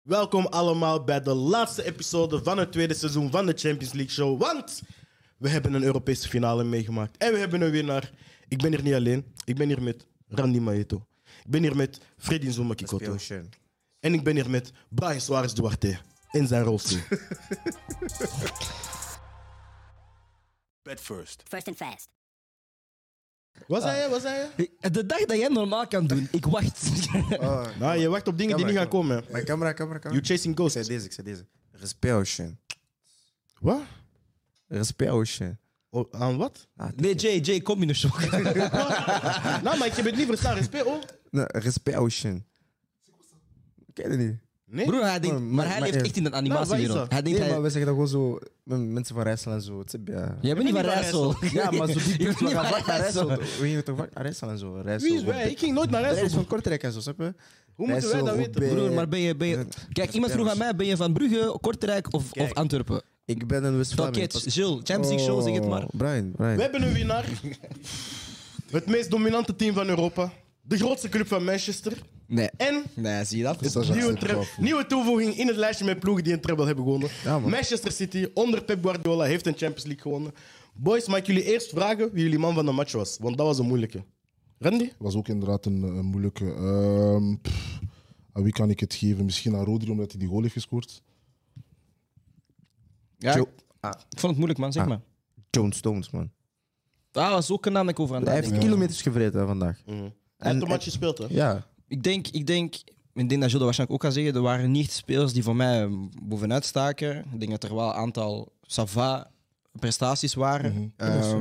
Welkom allemaal bij de laatste episode van het tweede seizoen van de Champions League Show. Want we hebben een Europese finale meegemaakt. En we hebben een winnaar. Ik ben hier niet alleen. Ik ben hier met Randy Maeto. Ik ben hier met Freddy Nzuma Kikoto. En ik ben hier met Brian Suarez Duarte. In zijn rolstoel. Bed first. First and fast. Wat zei je? De dag dat jij normaal kan doen, ik wacht. Nou, je wacht op dingen die niet gaan komen. Mijn camera. You chasing ghosts. Ik zei deze. Respect, Ocean. Wat? Respect, Ocean. Oh, aan wat? Nee, Jay, kom in de show. Nou, maar ik heb het niet verstaan. Respect, oh. Nee, Respect, Ocean. Ken je dat niet? Nee? Broer, hij denkt, maar hij leeft echt in een animatiewereld. wat is Hij denkt, Nee, hij... maar we zeggen dat gewoon zo. Mensen van Rijssel en zo. Het is, ja. Jij bent niet van Rijssel. Ja, maar zo die buurt, we niet gaan van vaak naar Rijssel. Rijssel. We gingen toch vaak naar Rijssel en zo. Wie Rijssel. is wij? Ik ging nooit naar Dat is Rijssel. van Kortrijk en zo, snap je? Hoe moeten wij dat weten? Broer, maar ben je... Kijk, iemand vroeg aan mij, ben je van Brugge, Kortrijk of Antwerpen? Ik ben een West-Vlaming. Talkets, Gilles, Champions League show, zeg het maar. Brian. We hebben een winnaar. Het meest dominante team van Europa. De grootste club van Manchester. Nee. En Nee, zie je dat? nieuwe toevoeging in het lijstje met ploegen die een treble hebben gewonnen. Ja, man. Manchester City onder Pep Guardiola heeft een Champions League gewonnen. Boys, mag ik jullie eerst vragen wie jullie man van de match was? Want dat was een moeilijke. Randy? Was ook inderdaad een moeilijke. Aan wie kan ik het geven? Misschien aan Rodri, omdat hij die goal heeft gescoord. Ja, Joe. ik vond het moeilijk, man, zeg maar. John Stones, man. Dat was ook een naam dat ik over aan het Hij heeft nadenken. kilometers gevreten hè, vandaag. Hij heeft de match gespeeld, hè? Ja. Ik denk dat Gilles dat waarschijnlijk ook kan zeggen. Er waren niet spelers die voor mij bovenuit staken. Ik denk dat er wel een aantal Sava prestaties waren.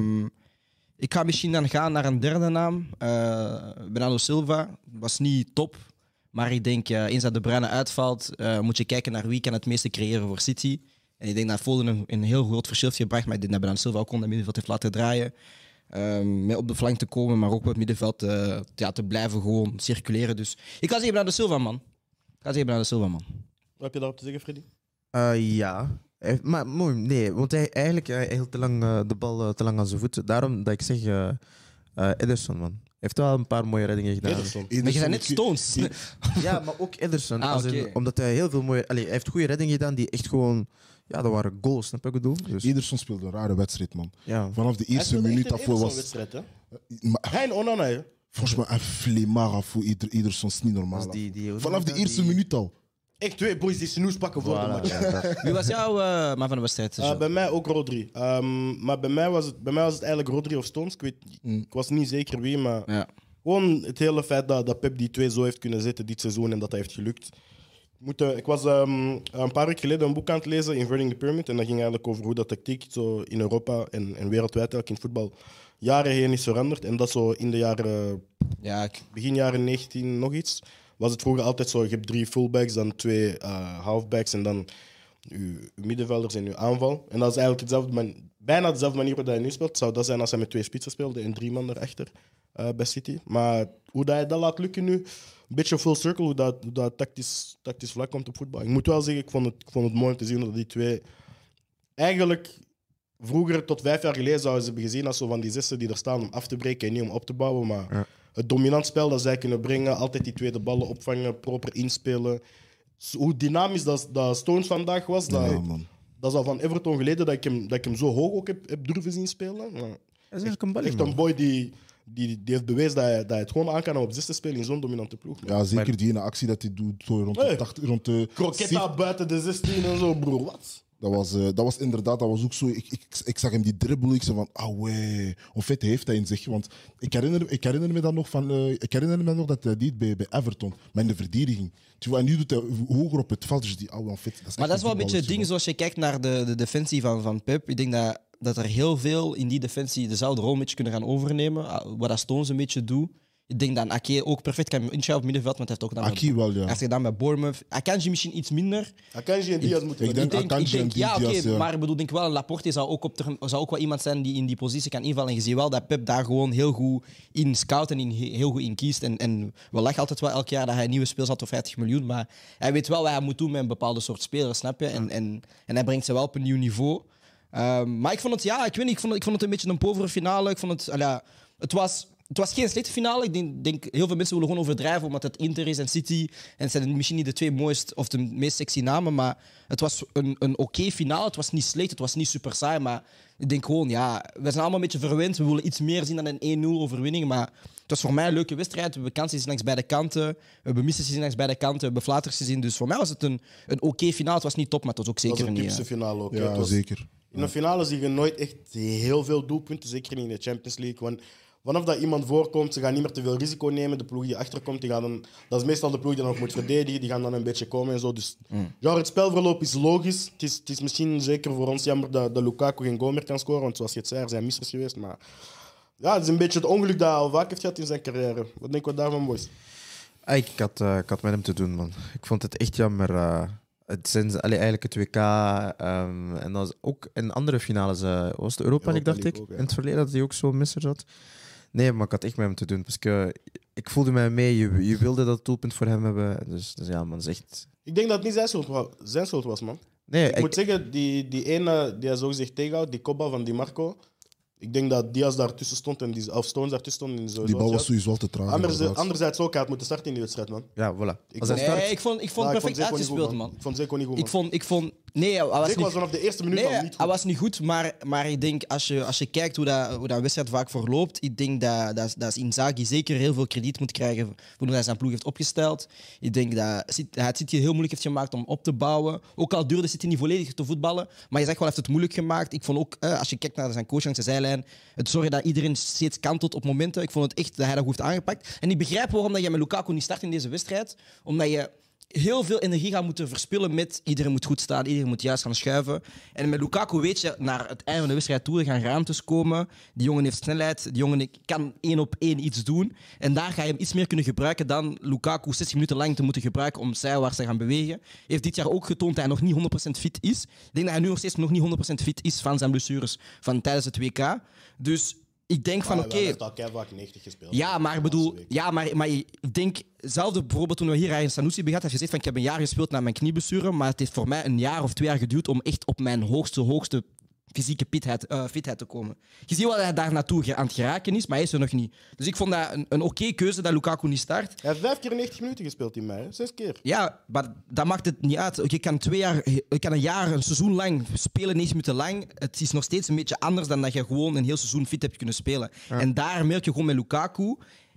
Ik ga misschien dan gaan naar een derde naam. Bernardo Silva was niet top. Maar ik denk, eens dat De Bruyne uitvalt, moet je kijken naar wie kan het meeste creëren voor City. En ik denk dat Foden een heel groot verschil heeft gebracht. Maar ik denk dat Bernardo Silva ook kon dat middenveld heeft laten draaien. Met op de flank te komen, maar ook op het middenveld te blijven gewoon circuleren. Dus ik ga zeggen Bernardo Silva, man. Wat heb je daarop te zeggen, Freddy? Ja. Maar mooi, nee, want hij hield te lang, de bal te lang aan zijn voeten. Daarom dat ik zeg Ederson, man. Hij heeft wel een paar mooie reddingen gedaan. Ederson. Maar je bent net Stones. Ja, maar ook Ederson. Ah, Als in- oké. omdat hij heel veel mooie... Allee, hij heeft goede reddingen gedaan die echt gewoon... Ja, dat waren goals, snap je wat ik bedoel? Dus, Ederson speelde een rare wedstrijd, man. ja. Vanaf de eerste minuut daarvoor was... wedstrijd, hè? Maar, Hij en Onana, hè? volgens mij een flemmara voor Ederson is niet normaal. Dat is die- Vanaf de eerste minuut al. Echt twee boys die snoes pakken voor de Voilà, match. ja, dat- Wie was jouw man van de wedstrijd? Gilles? Bij mij ook Rodri. Maar bij mij was het eigenlijk Rodri of Stones. Ik was niet zeker wie, maar Ja. gewoon het hele feit dat Pep die twee zo heeft kunnen zetten dit seizoen en dat heeft gelukt. Ik was een paar weken geleden een boek aan het lezen, Inverting the Pyramid. En dat ging eigenlijk over hoe dat tactiek zo in Europa en wereldwijd eigenlijk in het voetbal jaren heen is veranderd. En dat zo in de jaren, Ja, begin jaren 19 nog iets, was het vroeger altijd zo, je hebt 3 fullbacks, dan 2 halfbacks en dan uw middenvelders en uw aanval. En dat is eigenlijk bijna dezelfde manier waarop hij nu speelt. Zou dat zijn als hij met 2 spitsen speelde en 3 man daarachter bij City. Maar hoe dat hij dat laat lukken nu, een beetje full circle, hoe dat tactisch vlak komt op voetbal. Ik moet wel zeggen, ik vond het mooi om te zien dat die twee eigenlijk vroeger tot 5 jaar geleden zouden ze hebben gezien als zo van die zessen die er staan om af te breken en niet om op te bouwen. Maar Ja. het dominant spel dat zij kunnen brengen, altijd die tweede ballen opvangen, proper inspelen. Hoe dynamisch dat Stones vandaag was, Ja, man. dat is al van Everton geleden dat ik hem zo hoog ook heb durven zien spelen. Maar Hij is eigenlijk een ballie, echt een man. boy die heeft bewezen dat hij het gewoon aan kan om op 6 te spelen in zo'n dominante ploeg. Ja, zeker die ene actie dat hij doet zo rond de Hey. 80, rond de Croquetta buiten de 16 en zo, broer. Wat? Dat was inderdaad, dat was ook zo. Ik zag hem die dribbel, ik zei van, ah wee, hoe vet heeft hij in zich. Want ik herinner me dan nog ik herinner me nog dat hij deed bij Everton, maar in de verdediging. En nu doet hij hoger op het veld, dus die oude vet. maar dat is wel een beetje het ding zoals je kijkt naar de defensie van Pep. Ik denk dat er heel veel in die defensie dezelfde rol een beetje kunnen gaan overnemen. Wat dat Stones een beetje doet. Ik denk dat Ake ook perfect kan inschrijven op middenveld, want hij heeft ook gedaan Aki wel, ja. Hij heeft gedaan bij Bournemouth. Akanji misschien iets minder. Akanji en Diaz moeten ik dat denk- doen. Akanji en ja, oké, Diaz, ja. maar ik bedoel, denk wel, Laporte zou ook wel iemand zijn die in die positie kan invallen. En je ziet wel dat Pep daar gewoon heel goed in scout en heel goed in kiest. En we lachen altijd wel elk jaar dat hij een nieuwe speel had voor 50 miljoen, maar hij weet wel wat hij moet doen met een bepaalde soort spelers, snap je? En hij brengt ze wel op een nieuw niveau. Maar ik vond het, ja, ik weet niet, ik vond het een beetje een povere finale. Ik vond het, het was Het was geen slechte finale. Ik denk heel veel mensen willen gewoon overdrijven omdat het Inter is en City. En het zijn misschien niet de twee mooiste of de meest sexy namen, maar het was een oké finale. Het was niet slecht, het was niet super saai, maar ik denk gewoon, ja, we zijn allemaal een beetje verwend. We willen iets meer zien dan een 1-0 overwinning, maar het was voor mij een leuke wedstrijd. We hebben kansen gezien langs beide kanten. We hebben misses gezien langs beide kanten. We hebben flaters gezien. Dus voor mij was het een oké finale. Het was niet top, maar het was ook Dat zeker was een niet. typische finale ook. Ja, zeker. In een finale zie je nooit echt heel veel doelpunten, zeker niet in de Champions League. Want vanaf dat iemand voorkomt, ze gaan niet meer te veel risico nemen. De ploeg die achterkomt, die gaan dan, dat is meestal de ploeg die dan nog moet verdedigen. Die gaan dan een beetje komen en zo. Dus genre, het spelverloop is logisch. Het is misschien zeker voor ons jammer dat Lukaku geen goal meer kan scoren. Want zoals je het zei, er zijn missers geweest. Maar ja, het is een beetje het ongeluk dat hij al vaak heeft gehad in zijn carrière. Wat denk je daarvan, boys? Ik had met hem te doen, man. Ik vond het echt jammer. Het zijn eigenlijk het WK en dat was ook in andere finales. Was de Europa League, dacht League ik. ook, ja. In het verleden dat hij ook zo'n misser had. Nee, maar ik had echt met hem te doen. Dus ik voelde mij mee. Je wilde dat doelpunt voor hem hebben. Dus ja, man, is echt... Ik denk dat het niet zijn schuld was, man. Nee, Ik moet zeggen, die ene die hij zogezegd tegenhoudt, die kopbal van Di Marco. Ik denk dat Diaz daartussen stond en of Stones daartussen stonden. En Die bal was sowieso. sowieso al te traag. Anderzijds ook, hij had moeten starten in die wedstrijd, man. Ja, voilà. Ik Als hij vond- start... Nee, ik vond perfect Zeko niet uitgespeeld, goed, man. Ik vond Zeko niet goed, man. Ik vond nee, hij was Zeko niet... was vanaf de eerste minuut Nee, al niet hij goed. was niet goed, maar ik denk als je kijkt hoe dat een wedstrijd vaak verloopt, ik denk dat Inzaghi zeker heel veel krediet moet krijgen voor hoe hij zijn ploeg heeft opgesteld. Ik denk dat hij het City heel moeilijk heeft gemaakt om op te bouwen. Ook al duurde City niet volledig te voetballen, maar je zegt wel, hij heeft het moeilijk gemaakt. Ik vond ook, als je kijkt naar zijn coach langs de zijlijn, het zorgen dat iedereen steeds kantelt op momenten. Ik vond het echt dat hij dat goed heeft aangepakt. En ik begrijp waarom dat je met Lukaku niet start in deze wedstrijd, omdat je heel veel energie gaat moeten verspillen met iedereen moet goed staan, iedereen moet juist gaan schuiven. En met Lukaku weet je, naar het einde van de wedstrijd toe, er gaan ruimtes komen. Die jongen heeft snelheid, die jongen kan 1-op-1 iets doen. En daar ga je hem iets meer kunnen gebruiken dan Lukaku 60 minuten lang te moeten gebruiken om zijwaarts te gaan bewegen. Heeft dit jaar ook getoond dat hij nog niet 100% fit is. Ik denk dat hij nu nog steeds nog niet 100% fit is van zijn blessures van tijdens het WK. Dus ik denk van oké. Hij heeft al keihard 90 gespeeld. Ja, maar ik bedoel, maar ik denk, hetzelfde bijvoorbeeld toen we hier Ryan Sanusi hebben gehad, heeft gezegd van ik heb een jaar gespeeld na mijn knieblessure, maar het heeft voor mij een jaar of 2 jaar geduurd om echt op mijn hoogste fysieke fitheid te komen. Je ziet wel dat hij daar naartoe aan het geraken is, maar hij is er nog niet. Dus ik vond dat een oké keuze dat Lukaku niet start. Hij heeft 5 keer 90 minuten gespeeld in mei, 6 keer. Ja, maar dat maakt het niet uit. Je kan een jaar, een seizoen lang spelen, 90 minuten lang. Het is nog steeds een beetje anders dan dat je gewoon een heel seizoen fit hebt kunnen spelen. Ja. En daar merk je gewoon met Lukaku.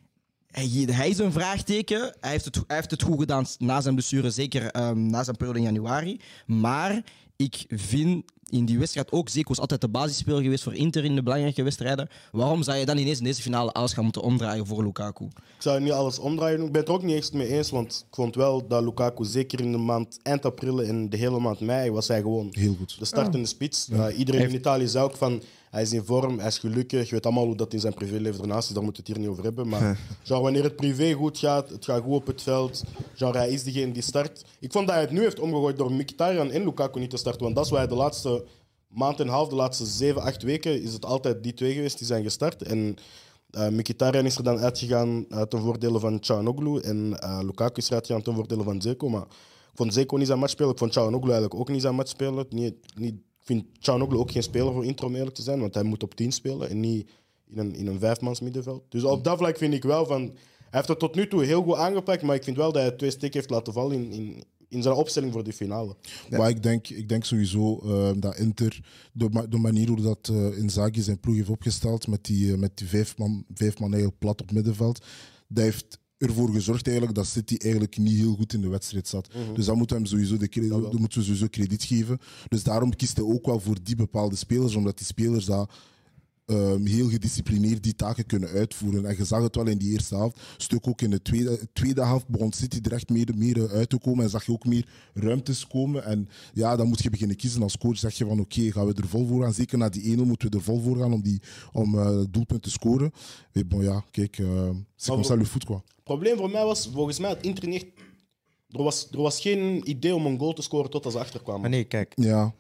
Hij is een vraagteken. Hij heeft het goed gedaan na zijn blessure, zeker na zijn periode in januari. Maar ik vind in die wedstrijd ook, Zeko is altijd de basisspeler geweest voor Inter in de belangrijke wedstrijden. Waarom zou je dan ineens in deze finale alles gaan moeten omdraaien voor Lukaku? Ik zou niet alles omdraaien. Ik ben het er ook niet echt mee eens, want ik vond wel dat Lukaku zeker in de maand eind april en de hele maand mei was hij gewoon Heel goed. de startende spits. Iedereen in Italië zei ook van hij is in vorm, hij is gelukkig. Je weet allemaal hoe dat in zijn privéleven ernaast is, daar moeten we het hier niet over hebben. Maar genre, wanneer het privé goed gaat, het gaat goed op het veld, genre, hij is degene die start. Ik vond dat hij het nu heeft omgegooid door Mkhitaryan en Lukaku niet te starten, want dat is waar hij de laatste maand en een half, de laatste 7, 8 weken, is het altijd die twee geweest die zijn gestart. En Mkhitaryan is er dan uitgegaan ten voordele van Çalhanoğlu en Lukaku is eruit gegaan ten voordele van Zeko. Maar ik vond Zeko niet zijn match spelen, ik vond Çalhanoğlu eigenlijk ook niet zijn match spelen. Ik vind Çalhanoğlu ook geen speler voor Inter om eerlijk te zijn, want hij moet op 10 spelen en niet in een 5-mans middenveld. Dus op dat vlak vind ik wel van... Hij heeft het tot nu toe heel goed aangepakt, maar ik vind wel dat hij 2 steken heeft laten vallen in zijn opstelling voor die finale. Ja. Maar ik denk sowieso dat Inter, de manier hoe dat Inzaghi zijn ploeg heeft opgesteld, met die 5 man eigenlijk plat op middenveld, dat heeft ervoor gezorgd eigenlijk dat City eigenlijk niet heel goed in de wedstrijd zat. Dus dan moeten we hem sowieso krediet geven. Dus daarom kiest hij ook wel voor die bepaalde spelers, omdat die spelers dat heel gedisciplineerd die taken kunnen uitvoeren. En je zag het wel in die eerste helft. Stuk ook in de tweede helft begon City er echt meer uit te komen en zag je ook meer ruimtes komen. En ja, dan moet je beginnen kiezen als coach. Zeg je van oké, gaan we er vol voor gaan? Zeker na die 1-0 moeten we er vol voor gaan om doelpunt te scoren. Mais bon, ja, kijk, c'est comme ça le foot, quoi. Het probleem voor mij was, volgens mij, het Inter niet... Er was geen idee om een goal te scoren tot als ze achterkwamen. Maar nee, kijk. Ja.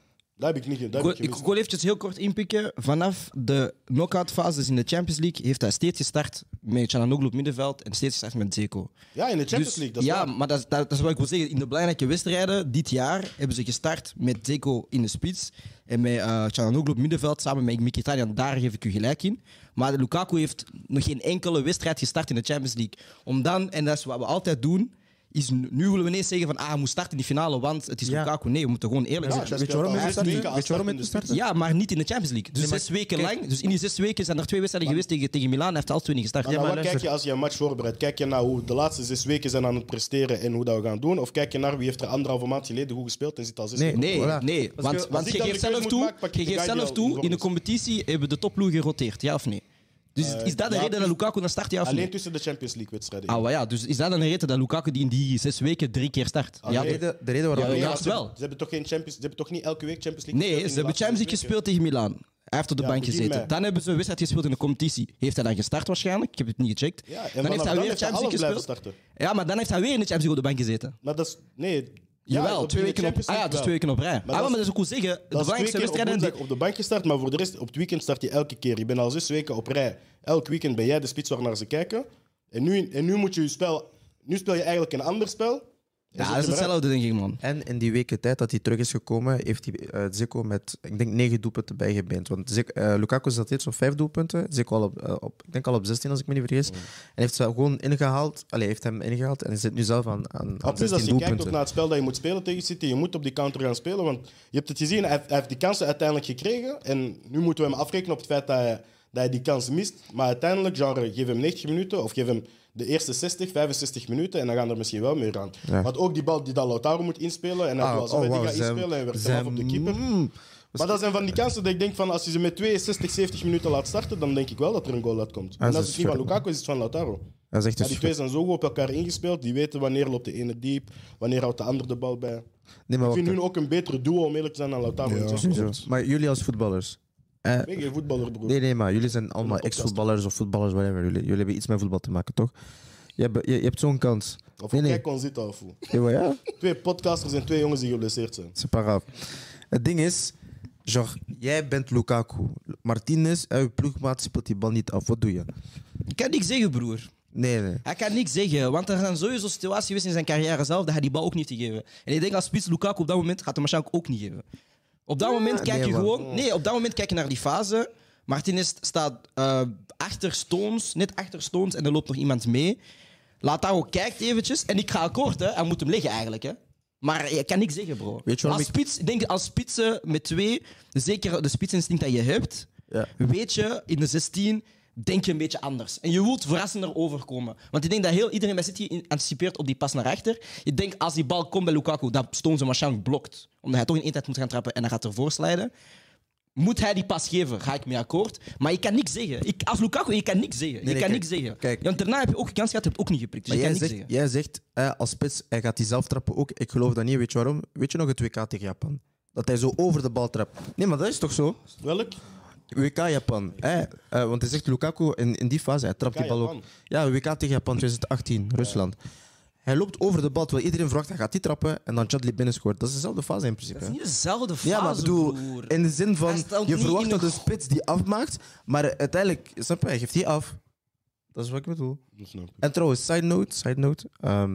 Dat heb ik niet Ik wil eventjes heel kort inpikken. Vanaf de knock-out fases in de Champions League heeft hij steeds gestart met Çalhanoğlu op middenveld en steeds gestart met Dzeko. Ja, in de Champions Dus, League. Dat is ja, waar. maar dat is wat ik wil zeggen. In de belangrijke wedstrijden dit jaar hebben ze gestart met Dzeko in de spits en met Çalhanoğlu op middenveld samen met Mkhitaryan. Daar geef ik u gelijk in. Maar Lukaku heeft nog geen enkele wedstrijd gestart in de Champions League. Om dan, en dat is wat we altijd doen, is nu willen we ineens zeggen van hij moet starten in de finale, want het is Ja. Lukaku. Nee, we moeten gewoon eerlijk Ja, zijn. Weet je waarom hij hij speelt start? niet Weet je waarom in hij de start? spits. Ja, maar niet in de Champions League. Dus Nee, maar 6 weken kijk- lang. Dus in die 6 weken zijn er 2 wedstrijden geweest tegen Milan. Hij heeft al 2 niet gestart. Maar Ja, naar maar wat kijk luister. je als je een match voorbereidt? Kijk je naar hoe de laatste 6 weken zijn aan het presteren en hoe dat we gaan doen? Of kijk je naar wie heeft er 1,5 maand geleden goed gespeeld en zit al 6 Nee, weken? Nee, Voilà. nee. Als Want, je- want ik je dan geeft de keuze zelf moet toe, maken, pak ik je de geeft guy die zelf al toe, in vorm in de is. competitie hebben de topploeg geroteerd, ja of nee? Dus is dat de ja, reden dat Lukaku dan start, ja of Alleen nee? tussen de Champions League wedstrijden. Ah, maar ja, dus is dat dan de reden dat Lukaku die in die 6 weken 3 keer start? Ah, Ja, nee. De reden waarom... Ja, Nee, juist ze wel. hebben- Ze hebben toch geen Champions, ze hebben toch niet elke week Champions League Nee, ze hebben Champions League gespeeld tegen Milan. Hij heeft op de Ja, bank begin gezeten. mei. Dan hebben ze een wedstrijd gespeeld in de competitie. Heeft hij dan gestart waarschijnlijk? Ik heb het niet gecheckt. Ja, en dan heeft hij weer Champions League blijven gespeeld. starten. Ja, maar dan heeft hij weer in de Champions League op de bank gezeten. Maar dat is... Nee. Jawel, op 2 de weken op. Champions Ah ja, League dus 2 wel. weken op rij. dat Maar is- dat is ook goed zeggen. De Dat is 2 belangrijkste keer op wedstrijden. woensdag op de bank gestart, maar voor de rest, op het weekend start je elke keer. Je bent al 6 weken op rij. Elk weekend ben jij de spits waar naar ze kijken. En nu moet je je spel... Nu speel je eigenlijk een ander spel. En Ja, zit dat is je eruit. hetzelfde, denk ik, man. En in die weken tijd dat hij terug is gekomen, heeft hij Dzeko met, ik denk, 9 doelpunten bijgebeend. Want Lukaku zat eerst op 5 doelpunten. Dzeko al ik denk al op 16, als ik me niet vergis. En heeft ze gewoon ingehaald. Allee, heeft hem ingehaald en hij zit nu zelf aan Plus, 16 als je kijkt doelpunten. ook naar het spel dat je moet spelen tegen City, je moet op die counter gaan spelen. Want je hebt het gezien, hij heeft die kansen uiteindelijk gekregen. En nu moeten we hem afrekenen op het feit dat hij die kans mist. Maar uiteindelijk, genre, geef hem 90 minuten of geef hem de eerste 60, 65 minuten en dan gaan er misschien wel meer aan. Ja. Want ook die bal die dat Lautaro moet inspelen en hij Ah, wil alsof hij die wauw, gaat zijn- inspelen en werkt hem zijn- af op de keeper. Maar dat zijn van die kansen dat ik denk van als je ze met 62, 70 minuten laat starten, dan denk ik wel dat er een goal uitkomt. En dat als is het niet van scherp. Lukaku is, het van Lautaro. Dat is echt Ja, een die twee zijn zo goed op elkaar ingespeeld. Die weten wanneer loopt de ene diep, wanneer houdt de ander de bal bij. Nee, maar Ik vind wacht, hun ook een betere duo om eerlijk te zijn dan Lautaro. Ja. Ja. sowieso. Maar jullie als voetballers. Ik ben geen voetballer, broer. Nee, maar jullie zijn allemaal podcast. ex-voetballers of voetballers, whatever. Jullie hebben iets met voetbal te maken, toch? Je hebt zo'n kans. Of Nee, nee. kijk ons zitten af. Ja, maar ja, 2 podcasters en 2 jongens die geblesseerd zijn. c'est pas grave. Het ding is, genre, jij bent Lukaku. Martinez, uw ploegmaat, speelt die bal niet af. Wat doe je? Ik kan niks zeggen, broer. Nee. Hij kan niks zeggen, want er zijn sowieso situaties geweest in zijn carrière zelf dat hij die bal ook niet heeft gegeven. En ik denk als spits Lukaku op dat moment gaat hem waarschijnlijk ook niet geven. Op dat moment kijk nee, je man. gewoon... Nee, op dat moment kijk je naar die fase. Martinez staat achter Stones, net achter Stones en er loopt nog iemand mee. Lautaro kijkt eventjes en ik ga akkoord, hè. Hij moet hem leggen eigenlijk, hè. Maar je kan niks zeggen, bro. Weet je waarom Als spits, ik denk als spitsen met 2, zeker de spitsinstinct dat je hebt, Ja. weet je, in de 16 denk je een beetje anders. En je wilt verrassender overkomen. Want ik denk dat heel iedereen bij City anticipeert op die pas naar achter. Je denkt als die bal komt bij Lukaku, dat Stones hem waarschijnlijk blokt. Omdat hij toch in één tijd moet gaan trappen en dan gaat ervoor slijden. Moet hij die pas geven, ga ik mee akkoord. Maar je kan niks zeggen. Als Lukaku, je kan niks zeggen. Nee, je kan kijk, niks zeggen. kijk. Want daarna heb je ook een kans gehad, heb je ook niet geprikt. Dus Maar je kan niks zeggen. jij zegt als spits, hij gaat die zelf trappen ook. Ik geloof dat niet, weet je waarom? Weet je nog het WK tegen Japan? Dat hij zo over de bal trapt. Nee, maar dat is toch zo? Welk? WK Japan. Want hij zegt Lukaku in die fase, hij trapt WK die bal ook. Japan. Ja, WK tegen Japan 2018, Rusland. Hij loopt over de bal, terwijl iedereen verwacht, hij gaat die trappen en dan Chadli binnenscoort. Dat is dezelfde fase in principe. Het is niet dezelfde fase, Ja, maar ik bedoel, broer. in de zin Hij van, stelt je niet verwacht in dat een de spits die afmaakt, maar uiteindelijk, snap je, hij geeft die af. Dat is wat ik bedoel. Dat snap ik. En trouwens, side note.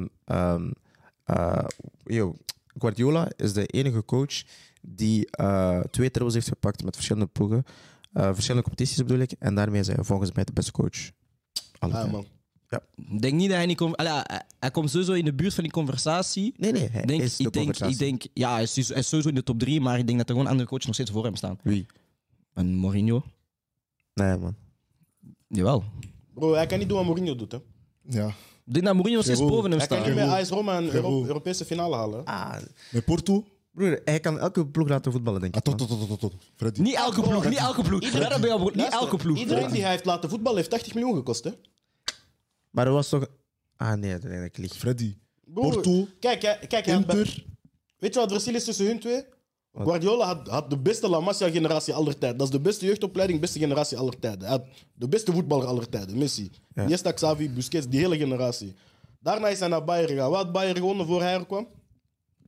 Guardiola is de enige coach die 2 trebles heeft gepakt met verschillende ploegen. Verschillende competities bedoel ik. En daarmee is hij volgens mij de beste coach. Alle Ah, tijden. man. Ik denk niet dat hij niet komt... Hij komt sowieso in de buurt van die conversatie. Nee, hij is de conversatie. Ja, hij is sowieso in de top 3, maar ik denk dat er gewoon andere coaches nog steeds voor hem staan. Wie? En Mourinho? Nee, man. Jawel. Bro, hij kan niet doen wat Mourinho doet. Hè. Ja. Ik denk dat Mourinho nog steeds Giroud. boven hem Hij kan staat. niet met AS Roma een Giroud. Europese finale halen. Hè. Ah, Met Porto? broer, hij kan elke ploeg laten voetballen, denk ik. Tot. Freddy. Niet elke ploeg, niet elke ploeg. Iedereen- Daar ben je al, niet Luister, elke ploeg. Iedereen die hij heeft laten voetballen heeft 80 miljoen gekost. Hè. Maar er was toch... Ah, nee, dat ligt. Freddy. Broer, Porto. Kijk, hij had bij- Inter. weet je wat het verschil is tussen hun twee? Guardiola had de beste La Masia-generatie aller tijden. Dat is de beste jeugdopleiding, beste generatie aller tijden. Hij had de beste voetballer aller tijden, Messi. Ja. Iniesta, Xavi, Busquets, die hele generatie. Daarna is hij naar Bayern gegaan. Wat had Bayern gewonnen voor hij er kwam?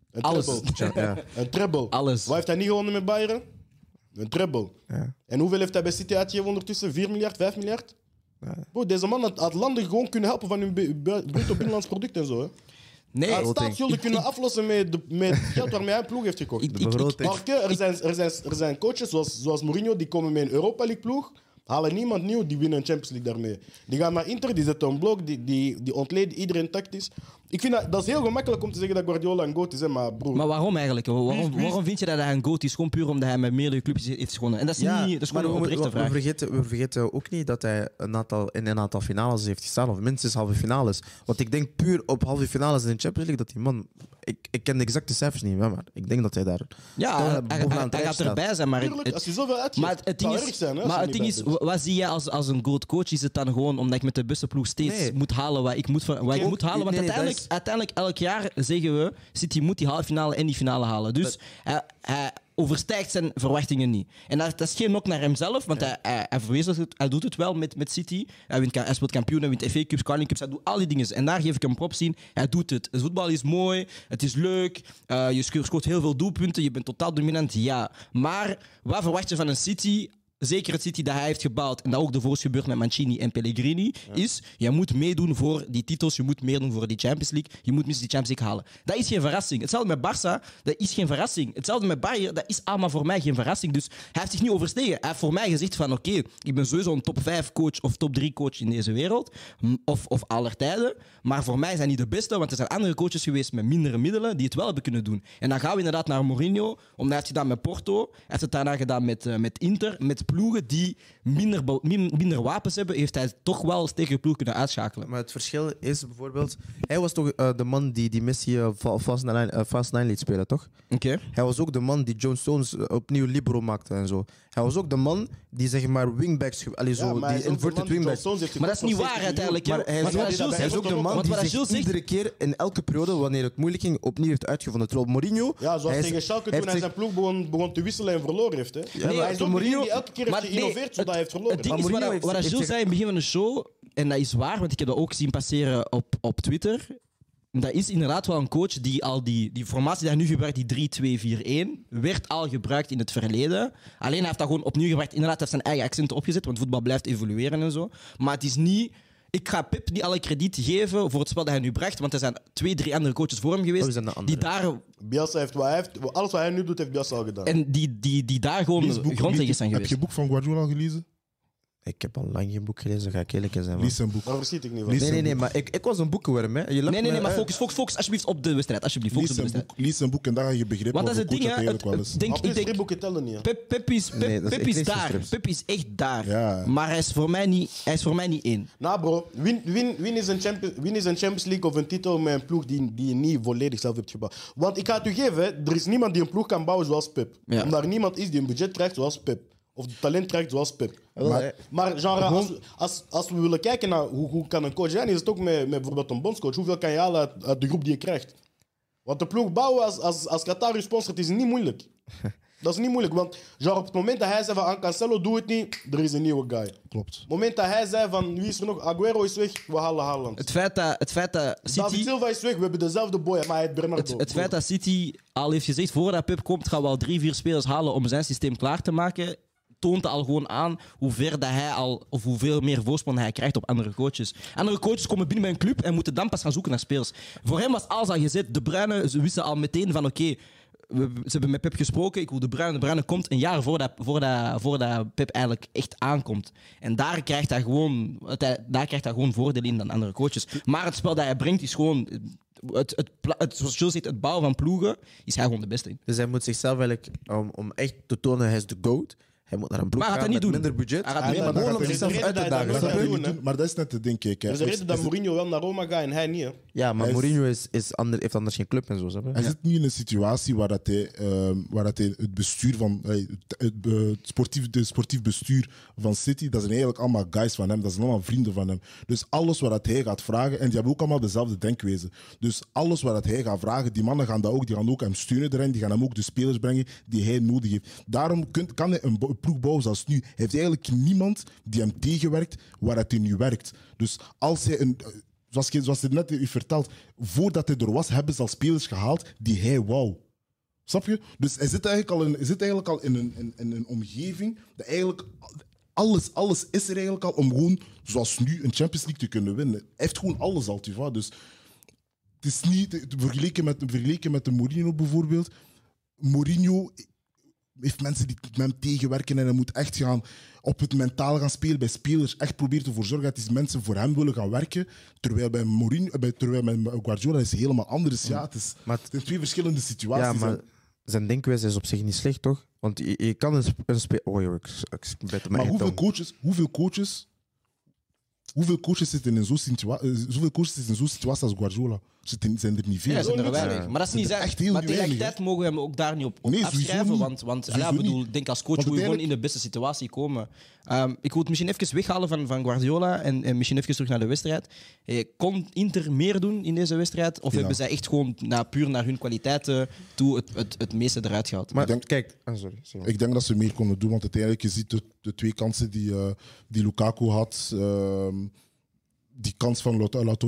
Een Alles. treble. Ja. Een treble. Alles. Wat heeft hij niet gewonnen met Bayern? Een treble. Ja. En hoeveel heeft hij bij City uitgegeven ondertussen? 4 miljard, 5 miljard? Bro, deze man had landen gewoon kunnen helpen van hun bruto binnenlands product en zo. Hè. Nee, Hij had staatsschulden kunnen aflossen met geld waarmee hij een ploeg heeft gekocht. De begroting. Marke, er zijn coaches zoals Mourinho, die komen met een Europa League ploeg, halen niemand nieuw, die winnen een Champions League daarmee. Die gaan naar Inter, die zetten een blok, die ontleden iedereen tactisch. Ik vind dat is heel gemakkelijk om te zeggen dat Guardiola een goat is, hè, maar broer. maar waarom eigenlijk? Waarom vind je dat hij een goat is? Gewoon puur omdat hij met meerdere clubs heeft gewonnen. En dat is, niet, dat is gewoon een oprechte vraag. We vergeten ook niet dat hij in een aantal finales heeft gestaan, of minstens halve finales. Want ik denk puur op halve finales in de Champions League dat die man... Ik ken de exacte cijfers niet, maar ik denk dat hij daar... Ja, hij gaat erbij zijn, maar... Tuurlijk, als je zoveel uitgeeft, Maar het ding zou is, erg zijn, hè, maar als het je ding niet is, bij bent. wat zie je als een goat coach? Is het dan gewoon omdat ik met de beste ploeg steeds moet halen wat ik moet halen? Want nee, uiteindelijk elk jaar zeggen we, City moet die halve finale en die finale halen. Dus hij overstijgt zijn verwachtingen niet. En dat is geen knock naar hemzelf, want hij doet het wel met City. Hij speelt kampioen, hij wint FA Cups, Carling Cups, hij doet al die dingen. En daar geef ik hem props in. Hij doet het. Het voetbal is mooi, het is leuk, je scoort heel veel doelpunten, je bent totaal dominant, ja. Maar wat verwacht je van een City... Zeker het City dat hij heeft gebouwd en dat ook ervoor is gebeurd met Mancini en Pellegrini, is je moet meedoen voor die titels, je moet meedoen voor die Champions League, je moet minstens die Champions League halen. Dat is geen verrassing. Hetzelfde met Barça, dat is geen verrassing. Hetzelfde met Bayern, dat is allemaal voor mij geen verrassing. Dus hij heeft zich niet overstegen. Hij heeft voor mij gezegd van oké, ik ben sowieso een top 5 coach of top 3 coach in deze wereld, of aller tijden, maar voor mij zijn niet de beste, want er zijn andere coaches geweest met mindere middelen die het wel hebben kunnen doen. En dan gaan we inderdaad naar Mourinho, omdat hij heeft gedaan met Porto, hij heeft het daarna gedaan met Inter, met ploegen die minder wapens hebben, heeft hij toch wel sterke ploeg kunnen uitschakelen. Maar het verschil is bijvoorbeeld... Hij was toch de man die Messi Fast 9 liet spelen, toch? Oké. Hij was ook de man die John Stones opnieuw libero maakte en zo. Hij was ook de man die zeg maar wingbacks... die inverted wingbacks... Maar dat is niet waar uiteindelijk. Maar hij is ook de man die zich iedere keer in elke periode, wanneer het moeilijk ging, opnieuw heeft uitgevonden. Terwijl Mourinho... Ja, zoals tegen Schalke toen hij zijn ploeg begon te wisselen en verloren heeft. Hè. Hij is ook Mourinho die elke keer heeft geïnnoveerd zodat hij heeft verloren. Het ding is wat Gilles zei in het begin van de show, en dat is waar, want ik heb dat ook zien passeren op Twitter. Dat is inderdaad wel een coach die al die formatie die hij nu gebruikt, die 3-2-4-1, werd al gebruikt in het verleden. Alleen hij heeft dat gewoon opnieuw gebruikt. Inderdaad, hij heeft zijn eigen accenten opgezet, want voetbal blijft evolueren en zo. Maar het is niet... Ik ga Pep niet alle krediet geven voor het spel dat hij nu bracht, want er zijn 2-3 andere coaches voor hem geweest die daar... Bielsa heeft alles wat hij nu doet, heeft Bielsa al gedaan. En die daar gewoon grondleggers zijn Heb geweest. je het boek van Guardiola gelezen? Ik heb al lang geen boek gelezen, ga ik eerlijk zijn. Man. Lees zijn boek. Daar verschiet ik niet van. Nee, maar ik was een boekenworm. Hè. Nee, maar focus alsjeblieft op de wedstrijd. Alsjeblieft, focus op de wedstrijd. Lees zijn boek en daar ga je begrijpen Want dat is wat het voor ding, coach hè. dat hij eigenlijk wel is. Drie boeken tellen niet. Hè. Pep is daar. Pep is echt daar. Ja. Maar hij is voor mij niet één. Nou bro, win is een Champions League of een titel met een ploeg die je niet volledig zelf hebt gebouwd. Want ik ga het u geven, hè, er is niemand die een ploeg kan bouwen zoals Pep. Ja. Omdat er niemand is die een budget krijgt zoals Pep. Of talent krijgt zoals Pep. Maar genre, als we willen kijken naar hoe kan een coach zijn, is het ook met bijvoorbeeld een bondscoach. Hoeveel kan je halen uit de groep die je krijgt? Want de ploeg bouwen als Qatar je sponsort is niet moeilijk. Dat is niet moeilijk, want genre, op het moment dat hij zei van Cancelo, doe het niet, er is een nieuwe guy. Klopt. Op het moment dat hij zei van wie is er nog, Aguero is weg, we halen Haaland. Het feit dat David City... Silva is weg, we hebben dezelfde boy, maar hij heet Bernardo. Het feit dat City al heeft gezegd, voordat Pep komt, gaan we al 3-4 spelers halen om zijn systeem klaar te maken, toont al gewoon aan hoe ver dat hij al, of hoeveel meer voorsprong hij krijgt op andere coaches. Andere coaches komen binnen bij een club en moeten dan pas gaan zoeken naar spelers. Voor hem was alles al gezet. De Bruyne, ze wisten al meteen van oké, ze hebben met Pep gesproken, ik wil De Bruyne komt een jaar voordat Pep eigenlijk echt aankomt. En daar krijgt hij gewoon voordeel in dan andere coaches. Maar het spel dat hij brengt is gewoon... Zoals Jules zegt, het bouwen van ploegen, is hij gewoon de beste in. Dus hij moet zichzelf eigenlijk, om echt te tonen hij is de GOAT, hij moet naar een ploeg Maar hij gaan gaat met dat niet minder budget. Hij gaat niet doen. Gewoon om Er is zichzelf een reden uit te dat hij dagen. dat snap nooit je? gaat doen. Maar dat is net te denken. Er is een reden dat Mourinho wel naar Roma gaat en hij niet. Hè. Ja, maar Hij is- Mourinho heeft anders geen club en zo. Snap je? Hij zit nu in een situatie waar hij het bestuur van het sportief bestuur van City, dat zijn eigenlijk allemaal guys van hem, dat zijn allemaal vrienden van hem. Dus alles wat hij gaat vragen, en die hebben ook allemaal dezelfde denkwijze. Dus alles wat hij gaat vragen, die mannen gaan die gaan ook hem steunen erin, die gaan hem ook de spelers brengen die hij nodig heeft. Daarom kan hij een ploeg bouwen zoals nu. Hij heeft eigenlijk niemand die hem tegenwerkt waar hij nu werkt. Dus als hij zoals hij net u vertelt, voordat hij er was, hebben ze al spelers gehaald die hij wou. Snap je? Dus hij zit eigenlijk al in een omgeving dat eigenlijk... Alles is er eigenlijk al om gewoon, zoals nu, een Champions League te kunnen winnen. Hij heeft gewoon alles al, tu vois. Dus het is niet... Vergeleken met de Mourinho bijvoorbeeld. Mourinho heeft mensen die met hem tegenwerken en hij moet echt gaan op het mentaal gaan spelen bij spelers. Echt proberen ervoor zorgen dat die mensen voor hem willen gaan werken. Terwijl bij Guardiola is het helemaal anders. Ja, het zijn twee verschillende situaties. Ja, maar zijn denkwijze is op zich niet slecht, toch? Want je kan een speler... Oh, joh, ik bet op Maar mijn hoeveel coaches zitten in zo'n situatie als Guardiola? Zijn er niet veel? Ja, zijn er weinig. Maar dat is niet echt echt. heel Maar weinig, tegelijkertijd mogen we hem ook daar niet op Nee, afschrijven. sowieso niet. Want Sowieso ik bedoel, niet. ik denk als coach Want moet je gewoon uiteindelijk- in de beste situatie komen. Ik wil het misschien even weghalen van Guardiola en misschien even terug naar de wedstrijd. Kon Inter meer doen in deze wedstrijd? Of Ja. hebben zij echt gewoon puur naar hun kwaliteiten toe het meeste eruit gehaald? Maar denk- kijk... sorry. Ik denk dat ze meer konden doen, want uiteindelijk, je ziet de twee kansen die Lukaku had. Die kans van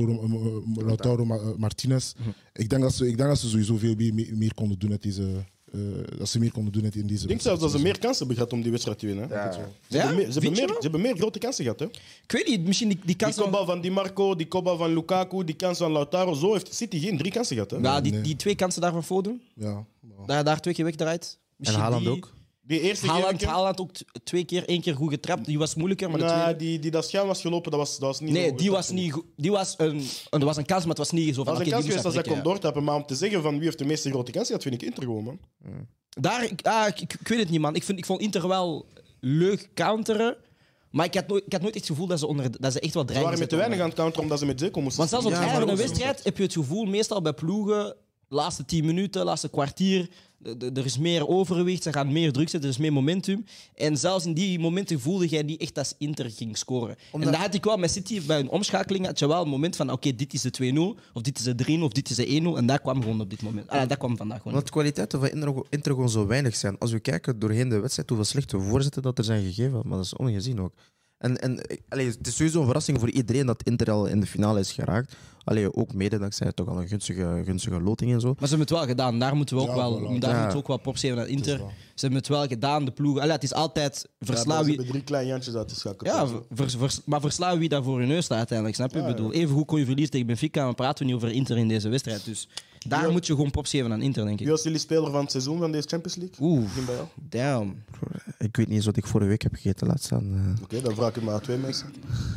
Lautaro Martinez. Ik denk dat ze sowieso veel meer konden doen uit deze... dat ze meer konden doen in deze Ik denk zelfs dat ze meer kansen hebben gehad om die wedstrijd te winnen. Ja. Ze hebben meer grote kansen gehad. Hè? Ik weet niet, misschien die Die kans kopbal van Di Marco, die kopbal van Lukaku, die kans van Lautaro. Zo heeft City geen 3 kansen gehad. Hè? Ja, Nee. die 2 kansen daar van Foden, Ja. daar 2 keer wegdraait. En Misschien Haaland die- ook. Die eerste keer... Haaland ook 2 keer, 1 keer goed getrapt. Die was moeilijker, maar de tweede... die dat schuin was gelopen, dat was niet Nee, zo die goed. was niet goed. Er was een kans, maar het was niet zo van... Dat was een oké, kans die geweest moest als hij kon prikken, doortappen. Maar om te zeggen van wie heeft de meeste grote kansen gehad, vind ik Inter gewoon, man. ja. Daar, ik weet het niet, man. Ik vond Inter wel leuk counteren. Maar ik had nooit echt het gevoel dat ze echt wel Ze dreiging waren met te weinig aan het counteren omdat ze met Zeko moesten. Want zelfs op het Ja, einde van maar een wedstrijd heb je het gevoel, meestal bij ploegen, laatste 10 minuten, laatste kwartier, er is meer overwicht, ze gaan meer druk zetten, er is meer momentum. En zelfs in die momenten voelde jij niet echt dat Inter ging scoren. En dat had ik wel met City, bij een omschakeling had je wel een moment van oké, dit is de 2-0, of dit is de 3-0, of dit is de 1-0. En dat kwam gewoon op dit moment. Dat kwam vandaag gewoon. Want de kwaliteiten van Inter gewoon zo weinig zijn. Als we kijken doorheen de wedstrijd hoeveel slechte voorzetten dat er zijn gegeven, maar dat is ongezien ook. En het is sowieso een verrassing voor iedereen dat Inter al in de finale is geraakt. Ook mede dankzij toch al een gunstige loting en zo. Maar ze hebben het wel gedaan. Daar moeten we ook Ja, wel, voilà. daar Ja. moeten we ook wel props geven aan Inter. waar. Ze hebben het wel gedaan, de ploegen. Het is altijd Ze verslaan wie... hebben 3 kleine jantjes uitgeschakeld. Ja, maar verslaan wie daar voor hun neus staat uiteindelijk, snap je? Ik bedoel, even goed kon je verliezen tegen Benfica, maar praten we niet over Inter in deze wedstrijd. Dus daar moet je gewoon props geven aan Inter, denk Wie ik. was jullie speler van het seizoen van deze Champions League? Oeh, Begin bij jou. damn. Ik weet niet eens wat ik vorige week heb gegeten, laat staan. Oké, dan vraag ik het maar aan 2 mensen.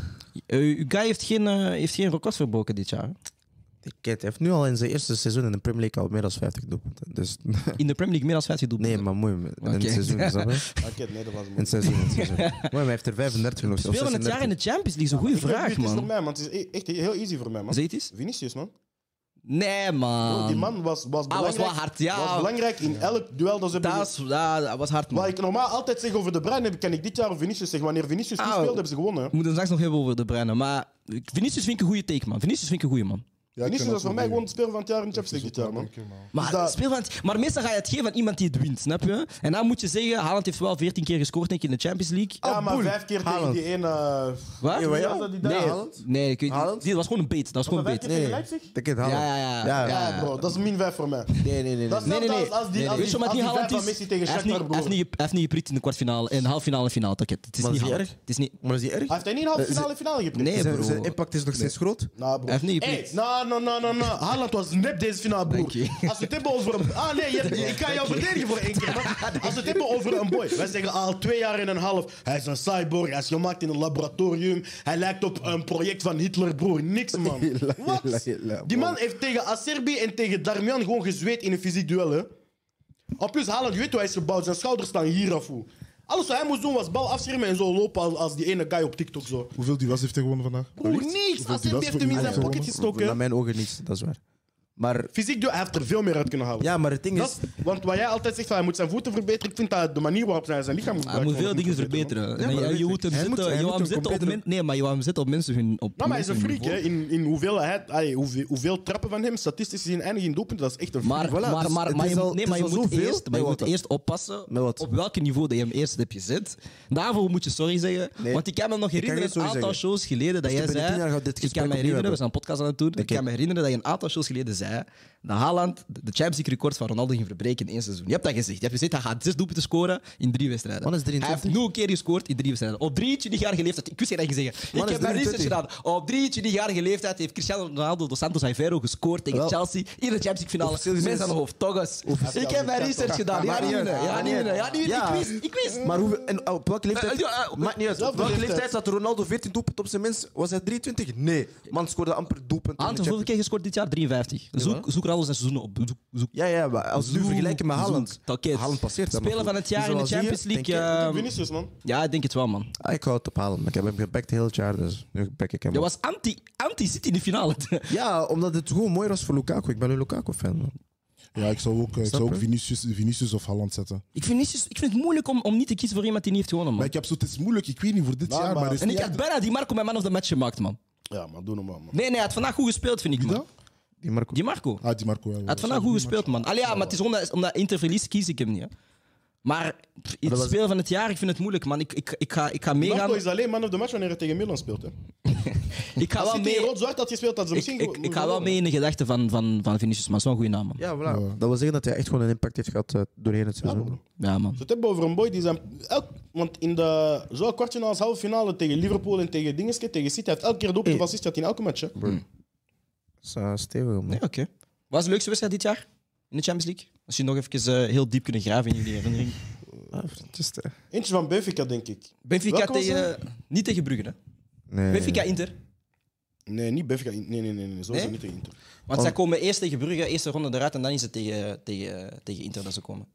Uw guy heeft geen record verbroken dit jaar. Hij heeft nu al in zijn eerste seizoen in de Premier League al meer dan 50 doelpunten. Dus In de Premier League meer dan 50 doelpunten. nee, maar mooi. In Oké. het seizoen, snap je? Oké, Nederlands. In het seizoen. Mooi, maar hij heeft er 35 nog. Of Spelen we het jaar in de 36. Champions League? Dat is een goede vraag, Het is voor man. mij, man. Het is echt heel easy voor mij, man. Zeg het eens? Vinicius, man. Nee, man. Die man was belangrijk. was wel hard, ja. Was belangrijk in elk duel dat ze hebben. Dat was hard, man. Wat ik normaal altijd zeg over De Bruyne, kan ik dit jaar over Vinicius zeggen. Wanneer Vinicius goed speelt, hebben ze gewonnen. hè. We moeten het straks nog hebben over De Bruyne. Maar Vinicius vind ik een goede take, man. Vinicius vind ik een goede man. Vinicius was voor mij gewoon de speler van het jaar in de Champions League dit jaar, man. Maar, dat- maar meestal ga je het geven aan iemand die het wint, snap je? En dan moet je zeggen, Haaland heeft wel 14 keer gescoord denk ik, in de Champions League. Ja, maar 5 keer tegen Haaland. die ene... Wat? Ja, maar ja. Was dat die daar? Nee, Haaland? nee, ik weet niet. Haaland? Dat was gewoon een beet. Dat was gewoon een Maar 5 beet. keer tegen Nee. Leipzig? Dat kind Haaland. Ja. Ja, bro, dat is min 5 voor mij. Nee. Dat is Nee. zelfs als die Weet je wat die vijf Haaland van is? Messi tegen Hij heeft Shakhtar, niet- broer. hij heeft niet geprikt in de kwartfinale, in de halffinale en finale. Het is Maar niet is die Haaland. erg? Het is niet... Maar is die erg? Heeft hij niet een halve finale geprikt? Nee, bro. Zijn impact is nog steeds groot. Nou, bro. Hij heeft niet Hey, geprikt. no. Haaland was net deze finale, broer. Oké. Als we het hebben over een... nee, ik kan jou verdedigen voor 1 keer. Maar als we het hebben over een boy. Wij zeggen al 2 jaar en een half. Hij is een cyborg, hij is gemaakt in een laboratorium. Hij lijkt op een project van Hitler, broer. Niks, man. Wat? Die man heeft tegen Acerbi en tegen Darmian gewoon gezweet in een fysiek duel, hè. En plus, Haaland, je weet hoe hij is gebouwd. Zijn schouders staan hier af, hoe. Alles wat hij moest doen was bal afschermen en zo lopen als die ene guy op TikTok, zo. Hoeveel duels heeft hij gewonnen vandaag? Broer, niks. Hoeveel Acerbi duels heeft hem in zijn heeft hij pocket gewonnen? gestoken. Naar mijn ogen niet, dat is waar. Maar, Fysiek, hij heeft er veel meer uit kunnen halen. ja, maar het ding Dat is... is- want wat jij altijd zegt, van, hij moet zijn voeten verbeteren. Ik vind dat de manier waarop hij zijn lichaam moet Hij moet veel dingen verbeteren. Ja, Nee, maar je weet moet hem ik. Hij moet- zitten, hij je moet wou hem hem zitten op completer- nee, maar je wou hem zitten op mensen hun op Nou, maar hij is een mensen freak, hun hè. In hoeveelheid, hoeveel trappen van hem, statistisch gezien, eindigen in doelpunten, dat is echt een freak. Maar, Voilà, maar, dus maar, het maar is je, al- nee, het maar is je al moet zoveel. eerst, maar je Met moet wat? eerst oppassen Met wat? op welk niveau dat je hem eerst hebt gezet. Daarvoor moet je sorry zeggen. Nee. Want ik kan me nog herinneren, geen een sorry aantal zeggen. shows geleden, dat Dus jij binnen 10 jaar zei... gaat dit Ik gesprek kan me opnieuw herinneren, we hebben. zijn een podcast aan het doen. Ik kan me herinneren dat je een aantal shows geleden zei dat Haaland de Champions League record van Ronaldo ging verbreken in 1 seizoen. Je hebt dat gezegd. Je hebt gezegd, hij gaat 6 doelpunten scoren in 3 wedstrijden. Man is 23. Hij heeft 0 keer gescoord in 3 wedstrijden. Op 23-jarige leeftijd. Ik wist niet dat je zeggen. Man Ik is heb mijn research 23. gedaan. Op 23-jarige leeftijd heeft Cristiano Ronaldo dos Santos Aveiro gescoord tegen Wel, Chelsea in de Champions League finale. officieel gezien Mensen aan is- het hoofd. Toch eens. Ik heb mijn research gedaan. Ja, Maakt niet niet winnen. uit. Ja, niet winnen. Ja, niet winnen. Ja. Ik wist. Maar op welke leeftijd... Ja, Maakt niet uit. Op Zelfde welke leeftijd. leeftijd zat Ronaldo 14 doelpunten op zijn minst? Was hij 23? Nee. Man scoorde amper doelpunten. in de Aantal hoeveel keer gescoord dit jaar? 53. Zoek er al zijn seizoenen op. Zoek. Ja, maar als we nu vergelijken met Haaland... Oké. Haaland passeert hem. Speler maar van goed. het jaar We in de zullen Champions zien, League. denk ik. Vinicius, man. Ja, ik denk het wel, man. Ik hou het op Haaland, maar ik heb hem gebackt heel het jaar, dus nu back ik hem Je op. was anti-City in de finale. Ja, omdat het gewoon mooi was voor Lukaku. Ik ben een Lukaku-fan. man. Ja, ik zou ook je? Vinicius of Haaland zetten. Ik vind het moeilijk om niet te kiezen voor iemand die niet heeft gewonnen, Maar man. ik heb zo, het is moeilijk, ik weet niet voor dit Nou, jaar, maar- maar het is En ik niet had bijna die Marco mijn man of the match gemaakt, man. Ja, maar doe normaal, man. Nee, hij had vandaag goed gespeeld, vind ik, Wie man. dat? Die Marco. Die Marco. Hij Ah, die Marco. Ja, had vandaag goed gespeeld, man. Allee, ja, maar het is omdat Inter verliest, kies ik hem niet. Hè. Maar in het spelen van het jaar, ik vind het moeilijk, man. Ik ga meegaan. Marco is alleen man of the match wanneer hij tegen Milan speelt. Hè. Ik ga Als wel hij tegen mee. rood-zwart had gespeeld, had ze misschien... Ik ga wel mee in de gedachten van Vinicius, maar zo'n goede naam, man. Ja, voilà. Dat wil zeggen dat hij echt gewoon een impact heeft gehad doorheen het seizoen. Ja, man. We het hebben over een boy die zijn... want in de zowel kwartfinale als halve finale tegen Liverpool en tegen Dingeske, tegen City, hij heeft elke keer doelpunt van assist gehad in elke match. Hè. Dat is stevig, man. Nee, oké. Wat is de leukste wedstrijd dit jaar in de Champions League? Als je nog even heel diep kunnen graven in jullie herinnering. Just, Eentje van Benfica, denk ik. Benfica Welke was tegen... Niet tegen Brugge, hè? nee. Benfica Inter. Nee, niet Benfica. Nee. Zo is Nee? het niet tegen Inter. Want zij komen eerst tegen Brugge, eerste ronde eruit en dan is het tegen Inter dat ze komen.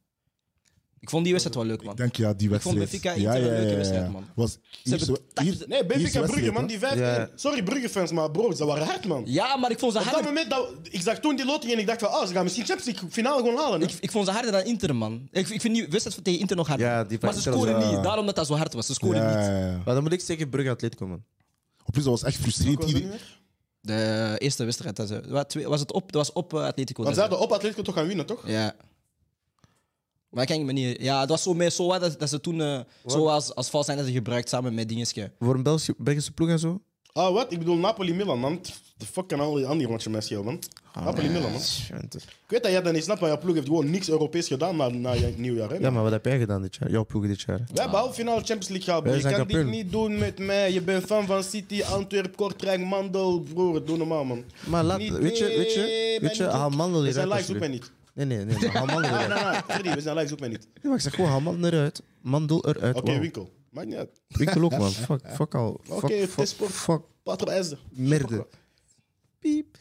Ik vond die wedstrijd wel leuk, man. Ik denk ja, die Ik vond wedstrijd. Benfica Inter een leuke wedstrijd, man. Was hebben Nee, Benfica Brugge, man. Die 5-1. Ja. Sorry, Brugge-fans, maar bro, ze waren hard, man. Ja, maar ik vond ze Op dat harder. moment, ik zag toen die loting en ik dacht van, ze gaan misschien Champions League finale gewoon halen. Hè. Ik vond ze harder dan Inter, man. Ik vind die wedstrijd tegen Inter nog harder. Ja, die van maar ze Inter scoren was- niet, daarom dat dat zo hard was. Ze scoren niet. ja. Maar dan moet ik zeggen Brugge Atletico, man. Op plus, dat was echt frustrerend. Was dat niet meer? De eerste wedstrijd, dat was op Atletico. Want ze hadden op Atletico toch gaan winnen, toch? Ja. Maar ik kan me niet... Ja, het was zo mee, zo wat dat ze toen zo als vals zijn dat ze gebruikt samen met dingetjes. Voor een Belgische ploeg en zo. Ah, wat? Ik bedoel Napoli-Milan, man. De fuck kan al die andere matchen mij schelen, man. Napoli-Milan, man. Juventus. Ik weet dat jij dat niet snapt, maar jouw ploeg heeft gewoon niks Europees gedaan na het nieuwjaar. Hè? Ja, maar wat heb jij gedaan dit jaar? Jouw ploeg dit jaar? Wij hebben halve finale Champions League gehaald, bro. Wij Je zijn kan dit kampioen. niet doen met mij. Je bent fan van City, Antwerp, Kortrijk, Mandel. Broer, doe normaal, man. Maar laat, Niet- weet je, haal Mandel We zijn eruit. live, zoek mij alsjeblieft. niet. Nee, maar haal Mandel Nee, eruit. nee, Freddy, we zijn live, zoek mij niet. Nee, maar ik zeg gewoon, haal Mandel eruit. Mandel eruit. Oké, Wow. winkel. Maakt niet uit. Winkel ook, man. Fuck al. Oké, het is sport. Fuck. Patro IJzer. Merde. Piep.